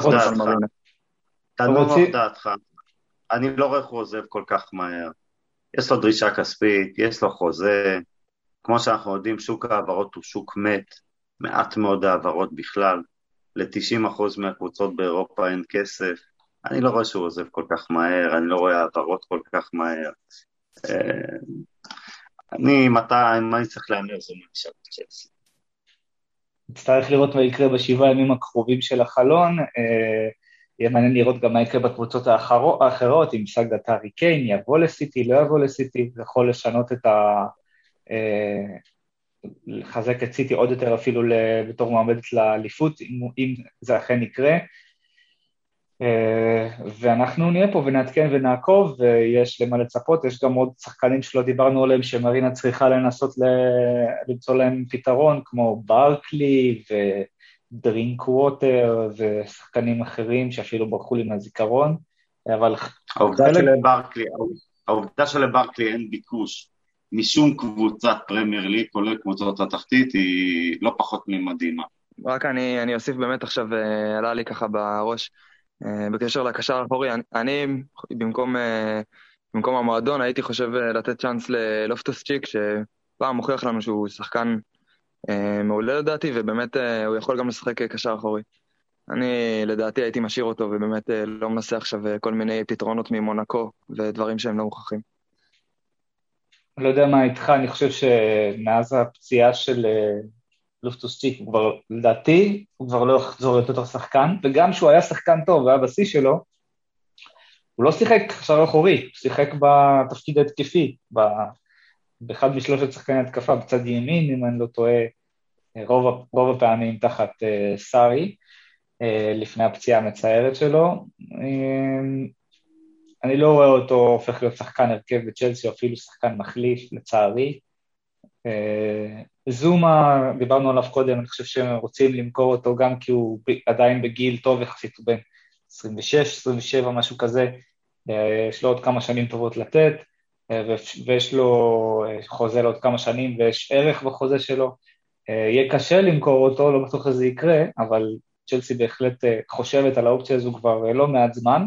דעתך. אני לא רואה איך הוא עוזב כל כך מהר. יש לו דרישה כספית, יש לו חוזה. כמו שאנחנו יודעים, שוק העברות הוא שוק מת, מעט מאוד העברות בכלל. ל-90% מהקבוצות באירופה אין כסף. אני לא רואה שהוא עוזב כל כך מהר, אני לא רואה העברות כל כך מהר. מה אני צריך להמר זו מנשאר צ'לסי. נצטרך לראות מה יקרה בשבעה ימים הקרובים של החלון, יהיה מעניין לראות גם מה יקרה בקבוצות האחרות, אם סגת הארי קיין יבוא לסיטי, לא יבוא לסיטי, זה יכול לשנות לחזק את סיטי עוד יותר אפילו בתור מעמדת לאליפות, אם זה אכן יקרה, ואנחנו נהיה פה ונעדכן ונעקוב, ויש למה לצפות, יש גם עוד שחקנים שלא דיברנו עליהם, שמרינה צריכה לנסות למצוא להם פתרון, כמו ברקלי ודרינק ווטר, ושחקנים אחרים שאפילו ברחו לי מהזיכרון, אבל... העובדה שלברקלי אין ביקוש משום קבוצת פרמייר ליג, כולל קבוצות התחתית, היא לא פחות ממדהימה. רק אני אוסיף באמת עכשיו, עלה לי ככה בראש, בקשר לקשר האחורי, אני במקום המועדון הייתי חושב לתת צ'אנס ללופטוס צ'יק, שפעם מוכיח לנו שהוא שחקן מעולה לדעתי, ובאמת הוא יכול גם לשחק קשר אחורי. אני לדעתי הייתי משאיר אותו, ובאמת לא מנסה עכשיו כל מיני פתרונות ממונקו, ודברים שהם לא מוכחים. לא יודע מה איתך, אני חושב שמאז הפציעה של... לופטוס צ'יק, הוא כבר, לדעתי, הוא כבר לא יחזור יותר שחקן, וגם שהוא היה שחקן טוב והיה בשיא שלו, הוא לא שיחק קשר אחורי, הוא שיחק בתפקיד התקפי, באחד משלושת שחקני התקפה, בצד ימין, אם אני לא טועה, רוב הפעמים תחת סארי, לפני הפציעה המצערת שלו. אני לא רואה אותו הופך להיות שחקן הרכב בצ'לסי, או אפילו שחקן מחליף, לצערי. זומה, דיברנו עליו קודם, אני חושב שהם רוצים למכור אותו גם כי הוא עדיין בגיל טוב יחסית, הוא בין 26, 27, משהו כזה, יש לו עוד כמה שנים טובות לתת, ויש לו חוזה לעוד כמה שנים, ויש ערך בחוזה שלו, יהיה קשה למכור אותו, לא בטוח שזה יקרה, אבל צ'לסי בהחלט חושבת על האופציה הזו כבר לא מעט זמן,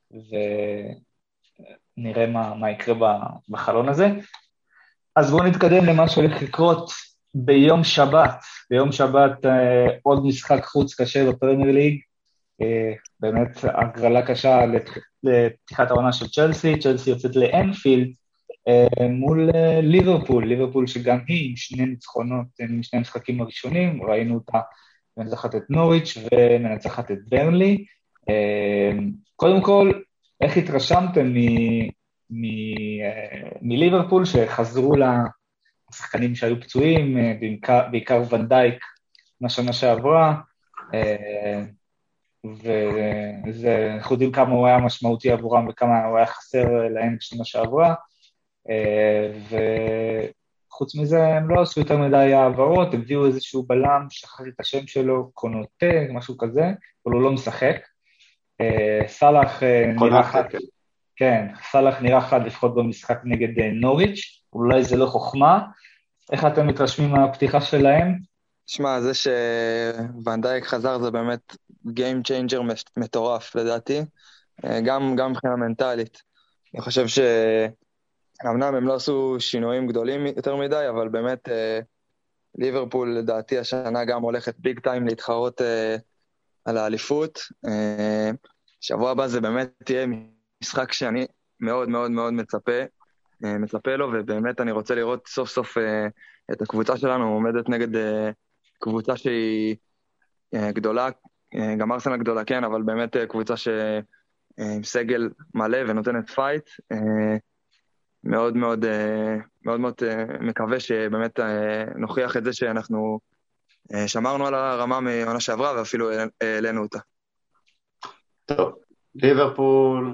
ונראה מה יקרה בחלון הזה. אז בואו נתקדם למה שהולך לקרות ביום שבת. ביום שבת עוד משחק חוץ קשה בפרמייר ליג, באמת הגרלה קשה לפתיחת העונה של צ'לסי, צ'לסי יוצאת לאנפילד מול ליברפול שגם היא עם שני ניצחונות, עם שני המשחקים הראשונים, ראינו אותה מנצחת את נוריץ' ומנצחת את ברנלי, קודם כל, איך התרשמתם מליברפול שחזרו לשחקנים שהיו פצועים, בעיקר ונדייק מהשנה שעברה, ואנחנו יודעים כמה הוא היה משמעותי עבורם וכמה הוא היה חסר להם בשנה שעברה, וחוץ מזה הם לא עשו יותר מדי העברות, הביאו איזשהו בלם, שכחתי את השם שלו, קונוטה, משהו כזה, אבל הוא לא משחק. סלאח נראה חד, כן, סלאח נראה חד לפחות במשחק נגד נוריץ', אולי זה לא חוכמה. איך אתם מתרשמים מהפתיחה שלהם? תשמע, זה שוונדייק חזר זה באמת Game Changer מטורף לדעתי, גם מבחינה מנטלית. אני חושב שאמנם הם לא עשו שינויים גדולים יותר מדי, אבל באמת ליברפול לדעתי השנה גם הולכת ביג טיים להתחרות על האליפות. שבוע הבא זה באמת תהיה משחק שאני מאוד מאוד מאוד מצפה לו, ובאמת אני רוצה לראות סוף סוף את הקבוצה שלנו עומדת נגד קבוצה שהיא גדולה, גם ארסנל גדולה כן, אבל באמת קבוצה עם סגל מלא ונותנת פייט. מאוד מאוד מקווה שבאמת נוכיח את זה שאנחנו שמרנו על הרמה מעונה שעברה ואפילו העלינו אותה. טוב, ליברפול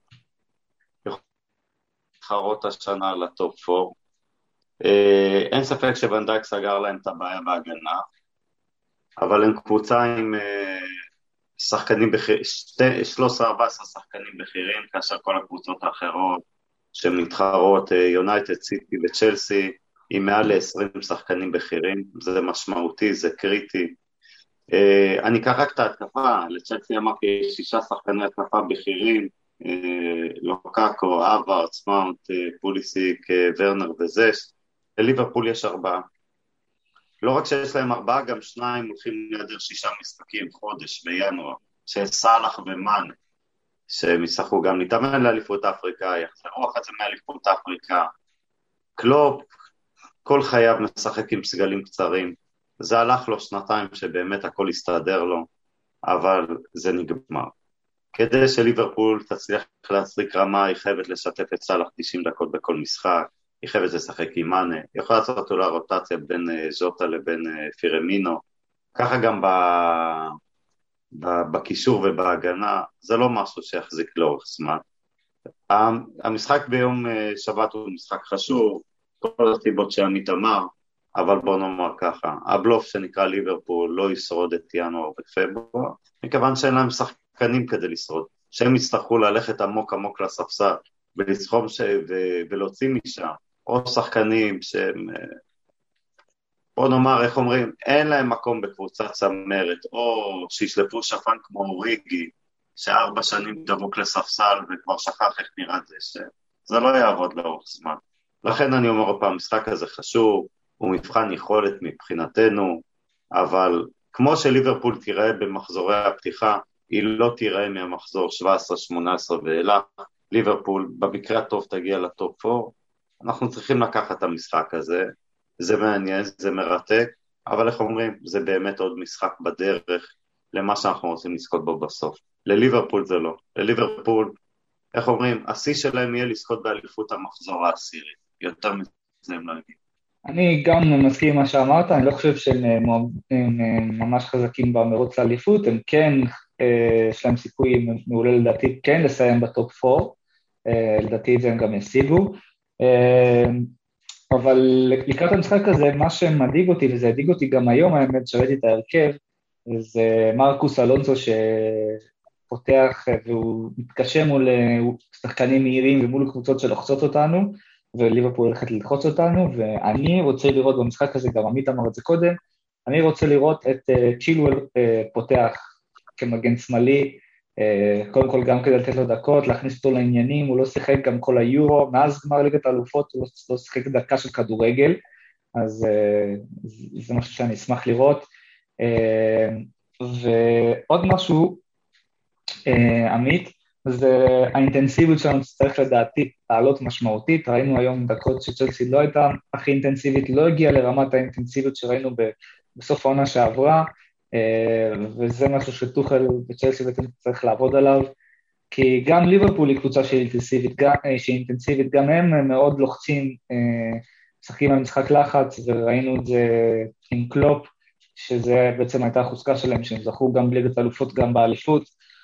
חרות השנה לטופ 4. אין ספק שוונדייק סגר להם את הבעיה בהגנה, אבל הם קבוצה עם שחקנים 13-14 שחקנים בכירים, כאשר כל הקבוצות האחרות שמתחרות, יונייטד, סיטי וצ'לסי, עם מעל ל-20 שחקנים בכירים. זה משמעותי, זה קריטי. אני אקח רק את ההתקפה, לצ'לסי אמרתי 6 שחקני התקפה בכירים, לוקאקו, אברץ, מאונט, פוליסיק, ורנר וזש. לליברפול יש 4. לא רק שיש להם 4, גם 2 הולכים להיעדר 6 משחקים חודש בינואר, שיש סלאח ומאן, שהם ישחקו גם להתאמן לאליפות אפריקה, יחזרו אחת זה מאליפות אפריקה. קלופ, כל חייו משחק עם סגלים קצרים, זה הלך לו 2 שבאמת הכל יסתדר לו, אבל זה נגמר. כדי שליברפול תצליח להצליק רמה, היא חייבת לשתף את סלאח 90 דקות בכל משחק, היא חייבת לשחק עם מאנה, היא יכולה לעשות אולי רוטציה בין ז'וטה לבין פירמינו, ככה גם בקישור ובהגנה, זה לא משהו שיחזיק לאורך זמן. המשחק ביום שבת הוא משחק חשוב, כל הסיבות שעמית אמר, אבל בוא נאמר ככה, הבלוף שנקרא ליברפול לא ישרוד את ינואר ופברואר, מכיוון שאין להם שחקנים כדי לשרוד, שהם יצטרכו ללכת עמוק לספסל, ולסחום ולהוציא משם, או שחקנים שהם, בוא נאמר, איך אומרים, אין להם מקום בקבוצת צמרת, או שישלפו שפן כמו אוריגי, ש4 שנים דבוק לספסל, וכבר שכח איך נראה זה לא יעבוד לאורך זמן. לכן אני אומר פעם, המשחק הזה חשוב, הוא מבחן יכולת מבחינתנו, אבל כמו שליברפול תיראה במחזורי הפתיחה, היא לא תיראה מהמחזור 17-18 ואילך, ליברפול במקרה הטוב תגיע לטופ 4, אנחנו צריכים לקחת את המשחק הזה, זה מעניין, זה מרתק, אבל איך אומרים, זה באמת עוד משחק בדרך למה שאנחנו רוצים לזכות בו בסוף. לליברפול זה לא, לליברפול, איך אומרים, השיא שלהם יהיה לזכות באליפות המחזור העשירי, יותר מזה הם לא יגיעו. אני גם מסכים עם מה שאמרת, אני לא חושב שהם ממש חזקים במרוץ לאליפות, הם כן, יש להם סיכוי מעולה לדעתי כן לסיים בטופ 4, לדעתי את זה הם גם ישיגו, אבל לקראת המשחק הזה, מה שמדאיג אותי, וזה הדאיג אותי גם היום, האמת שראיתי את ההרכב, זה מרקוס אלונסו שפותח והוא מתקשה מול שחקנים מהירים ומול קבוצות שלוחצות אותנו, וליברפול הולכת ללחוץ אותנו, ואני רוצה לראות במשחק הזה, גם עמית אמר את זה קודם, אני רוצה לראות את צ'ילואל פותח כמגן שמאלי, קודם כל גם כדי לתת לו דקות, להכניס אותו לעניינים, הוא לא שיחק גם כל היורו, מאז גמר ליגת האלופות הוא לא שיחק דקה של כדורגל, אז זה משהו שאני אשמח לראות. ועוד משהו, עמית, זה האינטנסיביות שלנו צריך לדעתי לעלות משמעותית, ראינו היום דקות שצ'לסי לא הייתה הכי אינטנסיבית, לא הגיעה לרמת האינטנסיביות שראינו בסוף העונה שעברה, וזה משהו שטוחל בצ'לסי בעצם צריך לעבוד עליו, כי גם ליברפול היא קבוצה שהיא אינטנסיבית, גם הם מאוד לוחצים, משחקים על משחק לחץ, וראינו את זה עם קלופ, שזה בעצם הייתה החוזקה שלהם, שהם זכו גם בליגת האלופות, גם באליפות.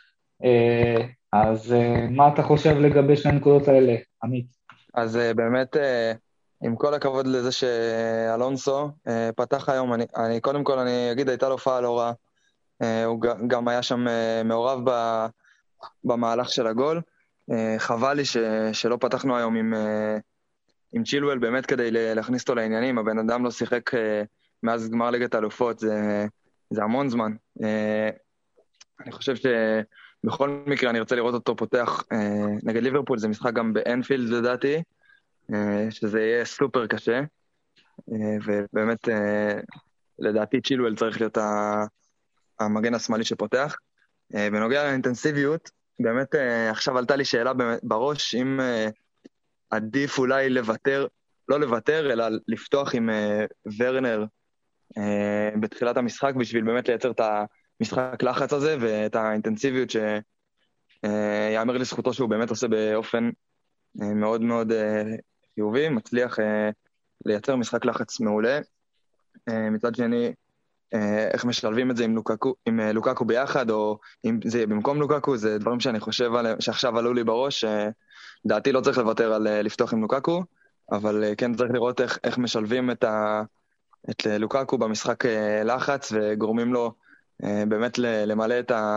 אז מה אתה חושב לגבי שני הנקודות האלה, עמית? אז באמת, עם כל הכבוד לזה שאלונסו פתח היום, קודם כל אני אגיד, הייתה לו הופעה לא רעה, הוא גם היה שם מעורב במהלך של הגול. חבל לי שלא פתחנו היום עם צ'ילואל, באמת כדי להכניס אותו לעניינים. הבן אדם לא שיחק מאז גמר ליגת האלופות, זה המון זמן. אני חושב שבכל מקרה אני רוצה לראות אותו פותח נגד ליברפול, זה משחק גם באנפילד לדעתי, שזה יהיה סופר קשה, ובאמת לדעתי צ'ילואל צריך להיות המגן השמאלי שפותח. בנוגע לאינטנסיביות, באמת עכשיו עלתה לי שאלה בראש, אם עדיף אולי לא לוותר, אלא לפתוח עם ורנר בתחילת המשחק, בשביל באמת לייצר את המשחק לחץ הזה, ואת האינטנסיביות שיאמר לזכותו שהוא באמת עושה באופן מאוד מאוד חיובי, מצליח לייצר משחק לחץ מעולה. מצד שני, איך משלבים את זה עם לוקאקו ביחד, או אם זה יהיה במקום לוקאקו, זה דברים שאני חושב עליהם, שעכשיו עלו לי בראש, דעתי לא צריך לוותר על לפתוח עם לוקאקו, אבל כן צריך לראות איך משלבים את לוקאקו במשחק לחץ, וגורמים לו באמת למלא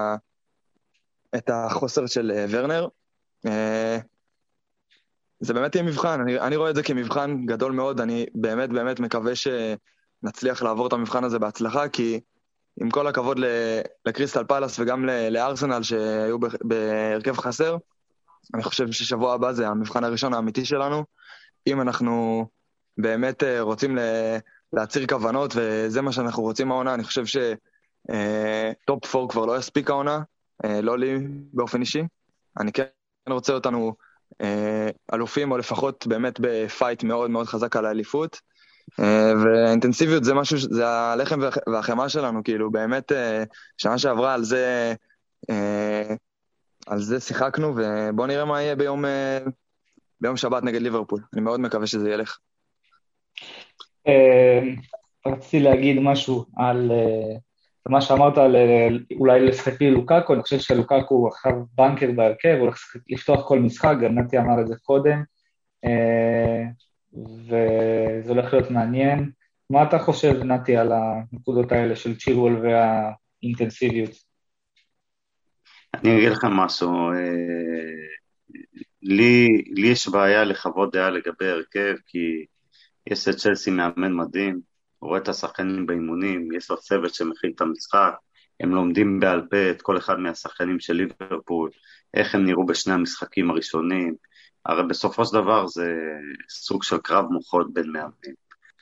את החוסר של ורנר. זה באמת יהיה מבחן, אני רואה את זה כמבחן גדול מאוד, אני באמת באמת מקווה נצליח לעבור את המבחן הזה בהצלחה, כי עם כל הכבוד לקריסטל פלאס וגם לארסנל שהיו בהרכב חסר, אני חושב ששבוע הבא זה המבחן הראשון האמיתי שלנו. אם אנחנו באמת רוצים להציר כוונות, וזה מה שאנחנו רוצים העונה, אני חושב שטופ 4 כבר לא יספיק העונה, לא לי באופן אישי. אני כן רוצה אותנו אלופים, או לפחות באמת בפייט מאוד מאוד חזק על האליפות, והאינטנסיביות זה משהו, זה הלחם והחמה שלנו, כאילו באמת שנה שעברה על זה שיחקנו, ובוא נראה מה יהיה ביום שבת נגד ליברפול. אני מאוד מקווה שזה ילך. רציתי להגיד משהו על מה שאמרת על אולי לשחק לי לוקאקו. אני חושב שלוקאקו הוא עכשיו בנקר בהרכב, הוא הולך לפתוח כל משחק, גם נתי אמר את זה קודם, וזה הולך להיות מעניין. מה אתה חושב, נתי, על הנקודות האלה של צ'ילואל והאינטנסיביות? אני אגיד לכם משהו, לי יש בעיה לחוות דעה לגבי הרכב, כי יש את צ'לסי מאמן מדהים, הוא רואה את השחקנים באימונים, יש לו צוות שמכין את המשחק, הם לומדים בעל פה את כל אחד מהשחקנים של ליברפול, איך הם נראו בשני המשחקים הראשונים, הרי בסופו של דבר זה סוג של קרב מוחות בין מאמנים.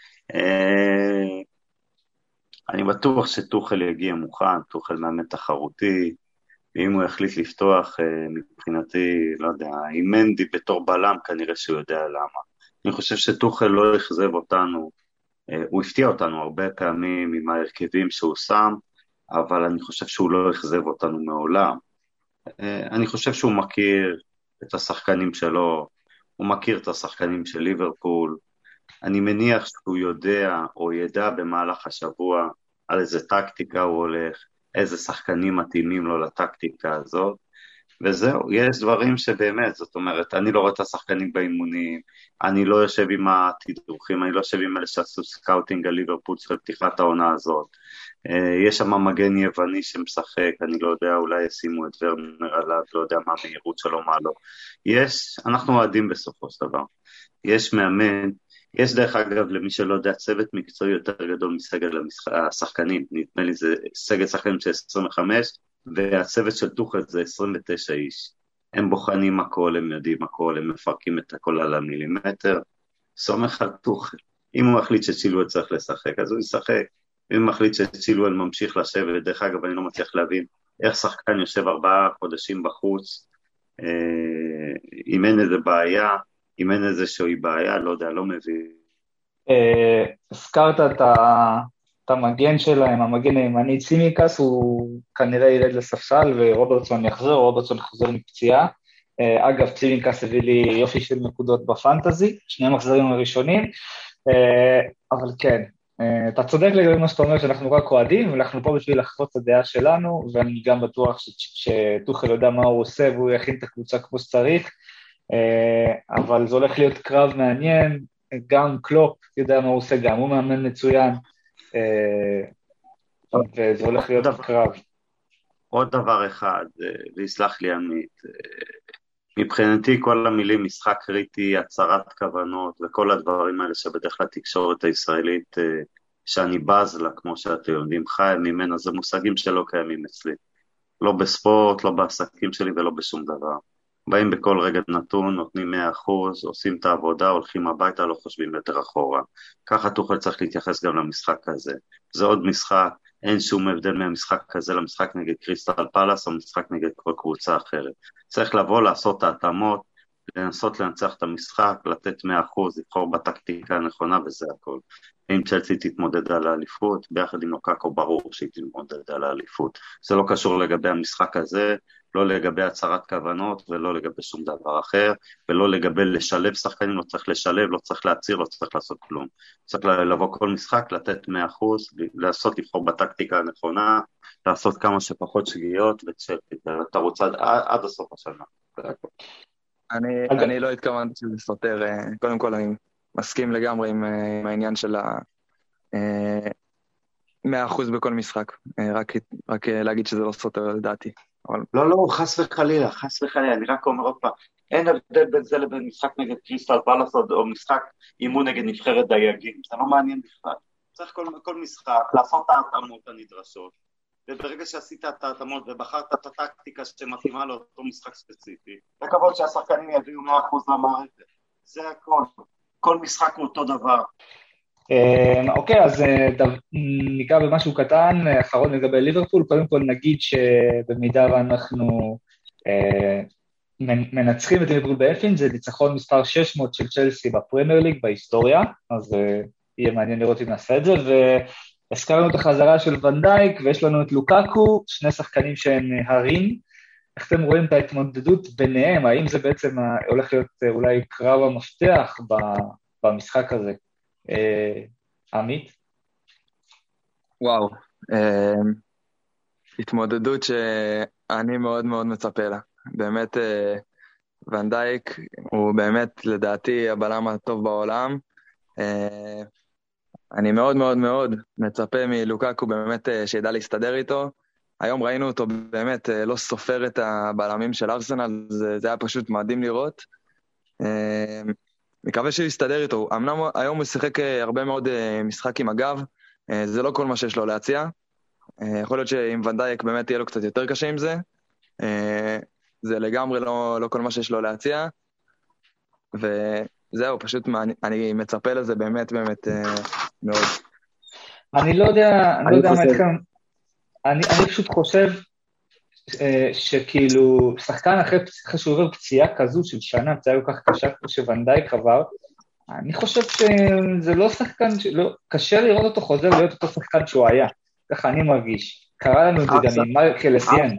אני בטוח שטוחל יגיע מוכן, טוחל מאמן תחרותי, ואם הוא יחליט לפתוח, מבחינתי, לא יודע, עם מנדי בתור בלם, כנראה שהוא יודע למה. אני חושב שטוחל לא יחזב אותנו, הוא הפתיע אותנו הרבה פעמים עם ההרכבים שהוא שם, אבל אני חושב שהוא לא יחזב אותנו מעולם. אני חושב שהוא מכיר את השחקנים שלו, הוא מכיר את השחקנים של ליברפול, אני מניח שהוא יודע או ידע במהלך השבוע על איזה טקטיקה הוא הולך, איזה שחקנים מתאימים לו לטקטיקה הזאת, וזהו, יש דברים שבאמת, זאת אומרת, אני לא רואה את השחקנים באימונים, אני לא יושב עם התדרוכים, אני לא יושב עם אלה שעשו סקאוטינג על ליברפול של פתיחת העונה הזאת, יש שם מגן יווני שמשחק, אני לא יודע, אולי ישימו את ורנר עליו, לא יודע מה המהירות שלו, מה לא, אנחנו אוהדים בסופו של דבר, יש מאמן, יש דרך אגב למי שלא יודע צוות מקצועי יותר גדול מסגל השחקנים, נדמה לי זה סגל שחקנים של 25, והצוות של טוחל זה 29 איש, הם בוחנים הכל, הם יודעים הכל, הם מפרקים את הכל על המילימטר, סומך על טוחל, אם הוא מחליט שצ'ילואל צריך לשחק, אז הוא ישחק, אם הוא מחליט שצ'ילואל ממשיך לשבת, דרך אגב אני לא מצליח להבין, איך שחקן יושב 4 חודשים בחוץ, אם אין איזה בעיה, אם אין איזושהי בעיה, לא יודע, לא מבין. הזכרת את המגן שלהם, המגן הימני צימקס, הוא כנראה ירד לספסל, ורוברטסון יחזור מפציעה. אגב, צימקס הביא לי יופי של נקודות בפנטזי, 2 מחזורים הראשונים, אבל כן, אתה צודק לגבי מה שאתה אומר שאנחנו רק אוהדים, ואנחנו פה בשביל לחוות את הדעה שלנו, ואני גם בטוח שטוחל יודע מה הוא עושה, והוא יכין את הקבוצה כמו שצריך, אבל זה הולך להיות קרב מעניין, גם קלופ יודע מה הוא עושה, גם הוא מאמן מצוין, וזה הולך להיות קרב. עוד דבר אחד, ויסלח לי עמית, מבחינתי כל המילים משחק קריטי, הצהרת כוונות וכל הדברים האלה שבדרך כלל התקשורת הישראלית שאני בז לה, כמו שאתם יודעים, חי ממנה, זה מושגים שלא קיימים אצלי. לא בספורט, לא בעסקים שלי ולא בשום דבר. באים בכל רגע נתון, נותנים 100%, עושים את העבודה, הולכים הביתה, לא חושבים יותר אחורה. ככה תוכל צריך להתייחס גם למשחק הזה. זה עוד משחק, אין שום הבדל מהמשחק הזה למשחק נגד קריסטל פלאס או משחק נגד כל קבוצה אחרת. צריך לבוא, לעשות את ההתאמות, לנסות לנצח את המשחק, לתת 100%, לבחור בטקטיקה הנכונה וזה הכל. אם צ'לסי תתמודד על האליפות, ביחד עם לוקאקו ברור שהיא תתמודד על האליפות. זה לא קשור לגבי המשחק הזה, לא לגבי הצהרת כוונות ולא לגבי שום דבר אחר, ולא לגבי לשלב שחקנים, לא צריך לשלב, לא צריך להציר, לא צריך לעשות כלום. צריך לבוא כל משחק, לתת 100%, לעשות, לבחור בטקטיקה הנכונה, לעשות כמה שפחות שגיאות, ואתה רוצה עד הסוף השנה. אני לא התכוונתי שזה סותר, קודם כל אני מסכים לגמרי עם העניין של 100% בכל משחק, רק להגיד שזה לא סותר לדעתי. לא, חס וחלילה, אני רק אומר עוד פעם, אין הבדל בין זה לבין משחק נגד קריסטל פלאס או משחק אימון נגד נבחרת דייגים, זה לא מעניין בכלל. צריך כל משחק לעשות את ההתאמות הנדרשות, וברגע שעשית את ההתאמות ובחרת את הטקטיקה שמתאימה לאותו משחק ספציפי, לקוות שהשחקנים יביאו 100% למערכת, זה הכל, כל משחק הוא אותו דבר. אוקיי, אז ניגע במשהו קטן, אחרון לגבי ליברפול, קודם כל נגיד שבמידה ואנחנו מנצחים את ליברפול באנפילד, זה ניצחון מספר 600 של צ'לסי בפרמייר ליג בהיסטוריה, אז יהיה מעניין לראות אם נעשה את זה, והזכרנו את החזרה של ון דייק, ויש לנו את לוקאקו, 2 שחקנים שהם הרים, איך אתם רואים את ההתמודדות ביניהם, האם זה בעצם הולך להיות אולי קרב המפתח במשחק הזה? עמית? וואו, התמודדות שאני מאוד מאוד מצפה לה. באמת, ון דייק הוא באמת לדעתי הבלם הטוב בעולם. אני מאוד מאוד מאוד מצפה מלוקאקו באמת שידע להסתדר איתו. היום ראינו אותו באמת לא סופר את הבלמים של ארסנל, זה היה פשוט מדהים לראות. מקווה שיסתדר איתו. אמנם היום הוא שיחק הרבה מאוד משחק עם הגב, זה לא כל מה שיש לו להציע. יכול להיות שעם ון דייק באמת יהיה לו קצת יותר קשה עם זה. זה לגמרי לא כל מה שיש לו להציע. וזהו, פשוט אני מצפה לזה באמת מאוד. אני לא יודע מה אתכם. אני פשוט חושב שכאילו שחקן אחרי שהוא עובר פציעה כזו של שנה, פציעה כל כך קשה כמו שוון דייק עבר, אני חושב שזה לא שחקן, קשה לראות אותו חוזר להיות אותו שחקן שהוא היה, ככה אני מרגיש. קרא לנו את זה גם עם מרקל אסיאן.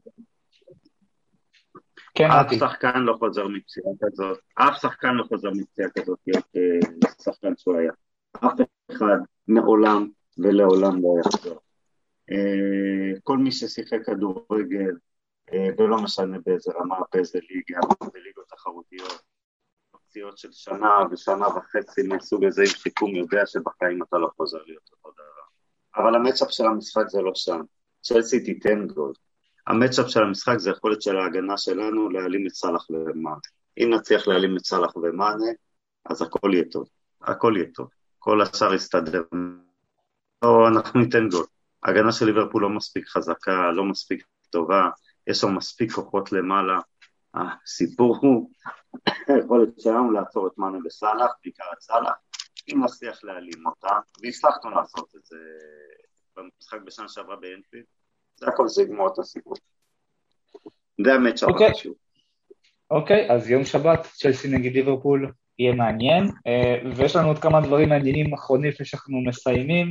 אף שחקן לא חוזר מפציעה כזאת, להיות שחקן שהוא היה. אף אחד מעולם ולעולם לא יחזור. כל מי ששיחק כדורגל, ולא משנה באיזה רמה, באיזה ליגה, בליגות תחרותיות, פציעות של שנה ושנה וחצי מסוג הזה עם שיקום, יודע שבחיים אתה לא חוזר להיות אותו דבר. אבל המצ'אפ של המשחק זה לא שם. צ'לסי תיתן גול. המצ'אפ של המשחק זה יכולת של ההגנה שלנו להעלים את סלאח ומאנה. אם נצליח להעלים את סלאח ומאנה, אז הכל יהיה טוב. הכל יהיה טוב. כל השאר יסתדר. או אנחנו ניתן גול. ההגנה של ליברפול לא מספיק חזקה, לא מספיק טובה, יש שם מספיק כוחות למעלה. הסיפור הוא, יכולת שלנו לעצור את מאנה וסלאח, בעיקר את סלאח, אם נצליח להעלים אותה, והצלחנו לעשות את זה במשחק בשנה שעברה באנפילד, זה הכל זה יגמור את הסיפור. זה המצ'אפ החשוב. אוקיי, אז יום שבת, צ'לסי נגד ליברפול יהיה מעניין, ויש לנו עוד כמה דברים מעניינים אחרונים לפני שאנחנו מסיימים.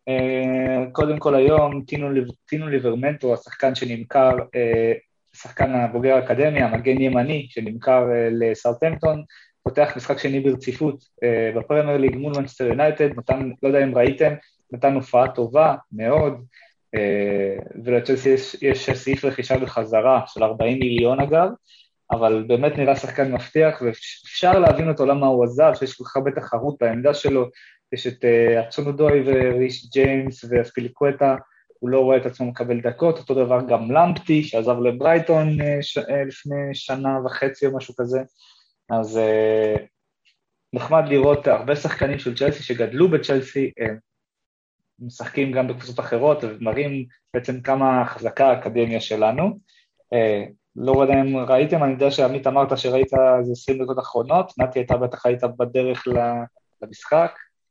קודם כל היום, טינו ליברמנטו, השחקן שנמכר, שחקן הבוגר האקדמיה, מגן ימני, שנמכר לסאות'המפטון, פותח משחק שני ברציפות בפרמייר ליג מול מנצ'סטר יונייטד, לא יודע אם ראיתם, נתן הופעה טובה מאוד, ולצ'לסי יש סעיף רכישה בחזרה של 40 מיליון אגב, אבל באמת נראה שחקן מבטיח, ואפשר להבין אותו למה הוא עזב, שיש כל כך הרבה תחרות בעמדה שלו, יש את אצונודוי וריש ג'יימס ואספיליקווטה, הוא לא רואה את עצמו מקבל דקות, אותו דבר גם למפטי, שעזב לברייטון לפני שנה וחצי או משהו כזה, אז נחמד לראות הרבה שחקנים של צ'לסי שגדלו בצ'לסי, משחקים גם בקבוצות אחרות, ומראים בעצם כמה חזקה האקדמיה שלנו. לא יודע אם ראיתם, אני יודע שעמית אמרת שראית איזה 20 דקות אחרונות, נתי הייתה בטח היית בדרך למשחק.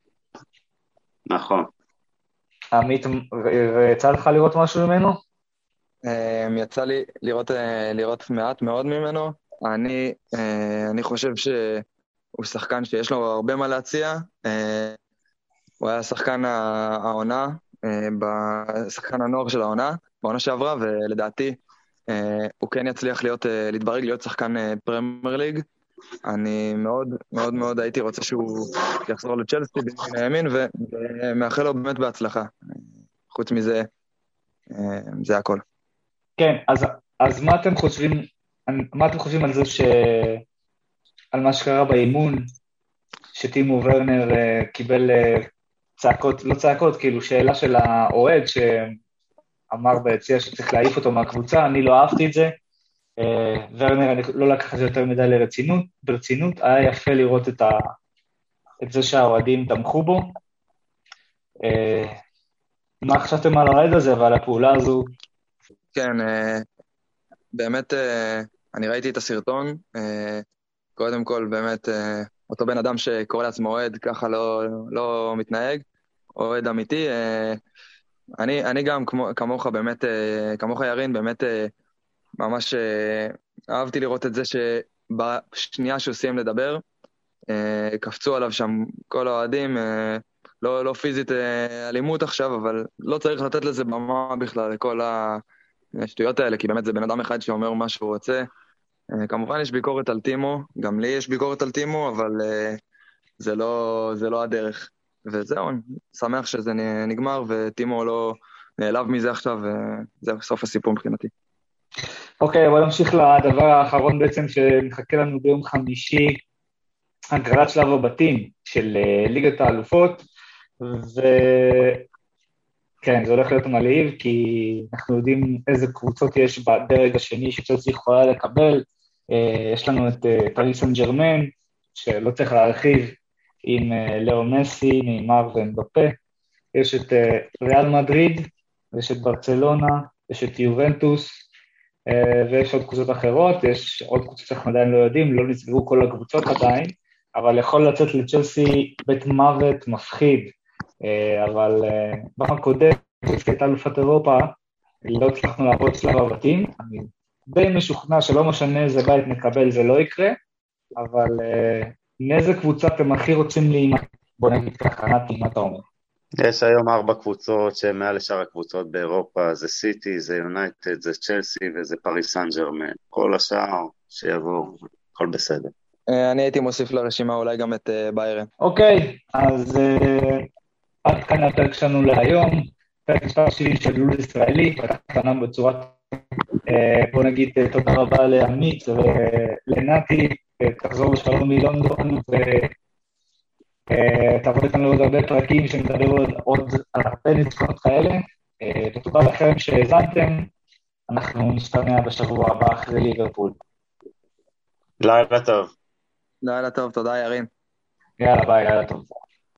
נכון. עמית, יצא לך לראות משהו ממנו? יצא לי לראות מעט מאוד ממנו. אני חושב שהוא שחקן שיש לו הרבה מה להציע. הוא היה שחקן העונה, שחקן הנוער של העונה, בעונה שעברה, ולדעתי הוא כן יצליח להתברג, להיות שחקן פרמייר ליג. אני מאוד מאוד מאוד הייתי רוצה שהוא יחזור לצ'לסי בימין הימין, ומאחל לו באמת בהצלחה. חוץ מזה, זה הכל. כן, אז מה אתם חושבים על זה על מה שקרה באימון, שטימו ורנר קיבל צעקות, לא צעקות, כאילו שאלה של האוהד שאמר ביציע שצריך להעיף אותו מהקבוצה, אני לא אהבתי את זה, ורנר אני לא לקח את זה יותר מדי ברצינות, היה יפה לראות את זה שהאוהדים תמכו בו. מה חשבתם על הרעד הזה ועל הפעולה הזו? כן, באמת אני ראיתי את הסרטון, קודם כל באמת אותו בן אדם שקורא לעצמו אוהד, ככה לא מתנהג, אוהד אמיתי. אני גם כמוך באמת, כמוך ירין, באמת ממש אהבתי לראות את זה שבשנייה שהוא סיים לדבר, קפצו עליו שם כל האוהדים, לא פיזית אלימות עכשיו, אבל לא צריך לתת לזה במה בכלל לכל השטויות האלה, כי באמת זה בן אדם אחד שאומר מה שהוא רוצה. כמובן יש ביקורת על טימו, גם לי יש ביקורת על טימו, אבל זה לא הדרך. וזהו, אני שמח שזה נגמר, וטימו לא נעלב מזה עכשיו, וזהו, סוף הסיפור מבחינתי. אוקיי, בוא נמשיך לדבר האחרון בעצם שמחכה לנו ביום חמישי, הגרלת שלב הבתים של ליגת האלופות, וכן, זה הולך להיות מלהיב, כי אנחנו יודעים איזה קבוצות יש בדרג השני שצ'לסי יכולה לקבל. יש לנו את פריס סן ז'רמן, שלא צריך להרחיב, עם לאו מסי, ניימר ואמבפה. יש את ריאל מדריד, יש את ברצלונה, יש את יובנטוס, ויש עוד קבוצות אחרות, יש עוד קבוצות שאנחנו עדיין לא יודעים, לא נסגרו כל הקבוצות עדיין, אבל יכול לצאת לצ'לסי בית מוות מפחיד, אבל בפעם הקודמת, כשהייתה אלופת אירופה, לא הצלחנו לעבוד שלב הבתים, אני די משוכנע שלא משנה איזה בית נקבל, זה לא יקרה, אבל מאיזה קבוצה אתם הכי רוצים להימנע? בוא נגיד ככה, נתי, מה אתה אומר? יש היום 4 קבוצות שהן מעל לשאר הקבוצות באירופה, זה סיטי, זה יונייטד, זה צ'לסי וזה פריס סן ז'רמן. כל השאר שיבואו, הכל בסדר. אני הייתי מוסיף לרשימה אולי גם את ביירן. אוקיי, אז עד כאן הפרק שלנו להיום, פרק מספר 70 של לול ישראלי, פתח קטנה בצורת, בוא נגיד תודה רבה לעמית ולנתי, תחזור בשלום מלונדון, ותעבוד איתנו עוד הרבה פרקים שמדבר עוד על הרבה נצחונות כאלה, ותודה לכם שהזנתם, אנחנו נשתמע בשבוע הבא אחרי ליברפול. לילה טוב. לילה טוב, תודה ירין. יאללה ביי, לילה טוב.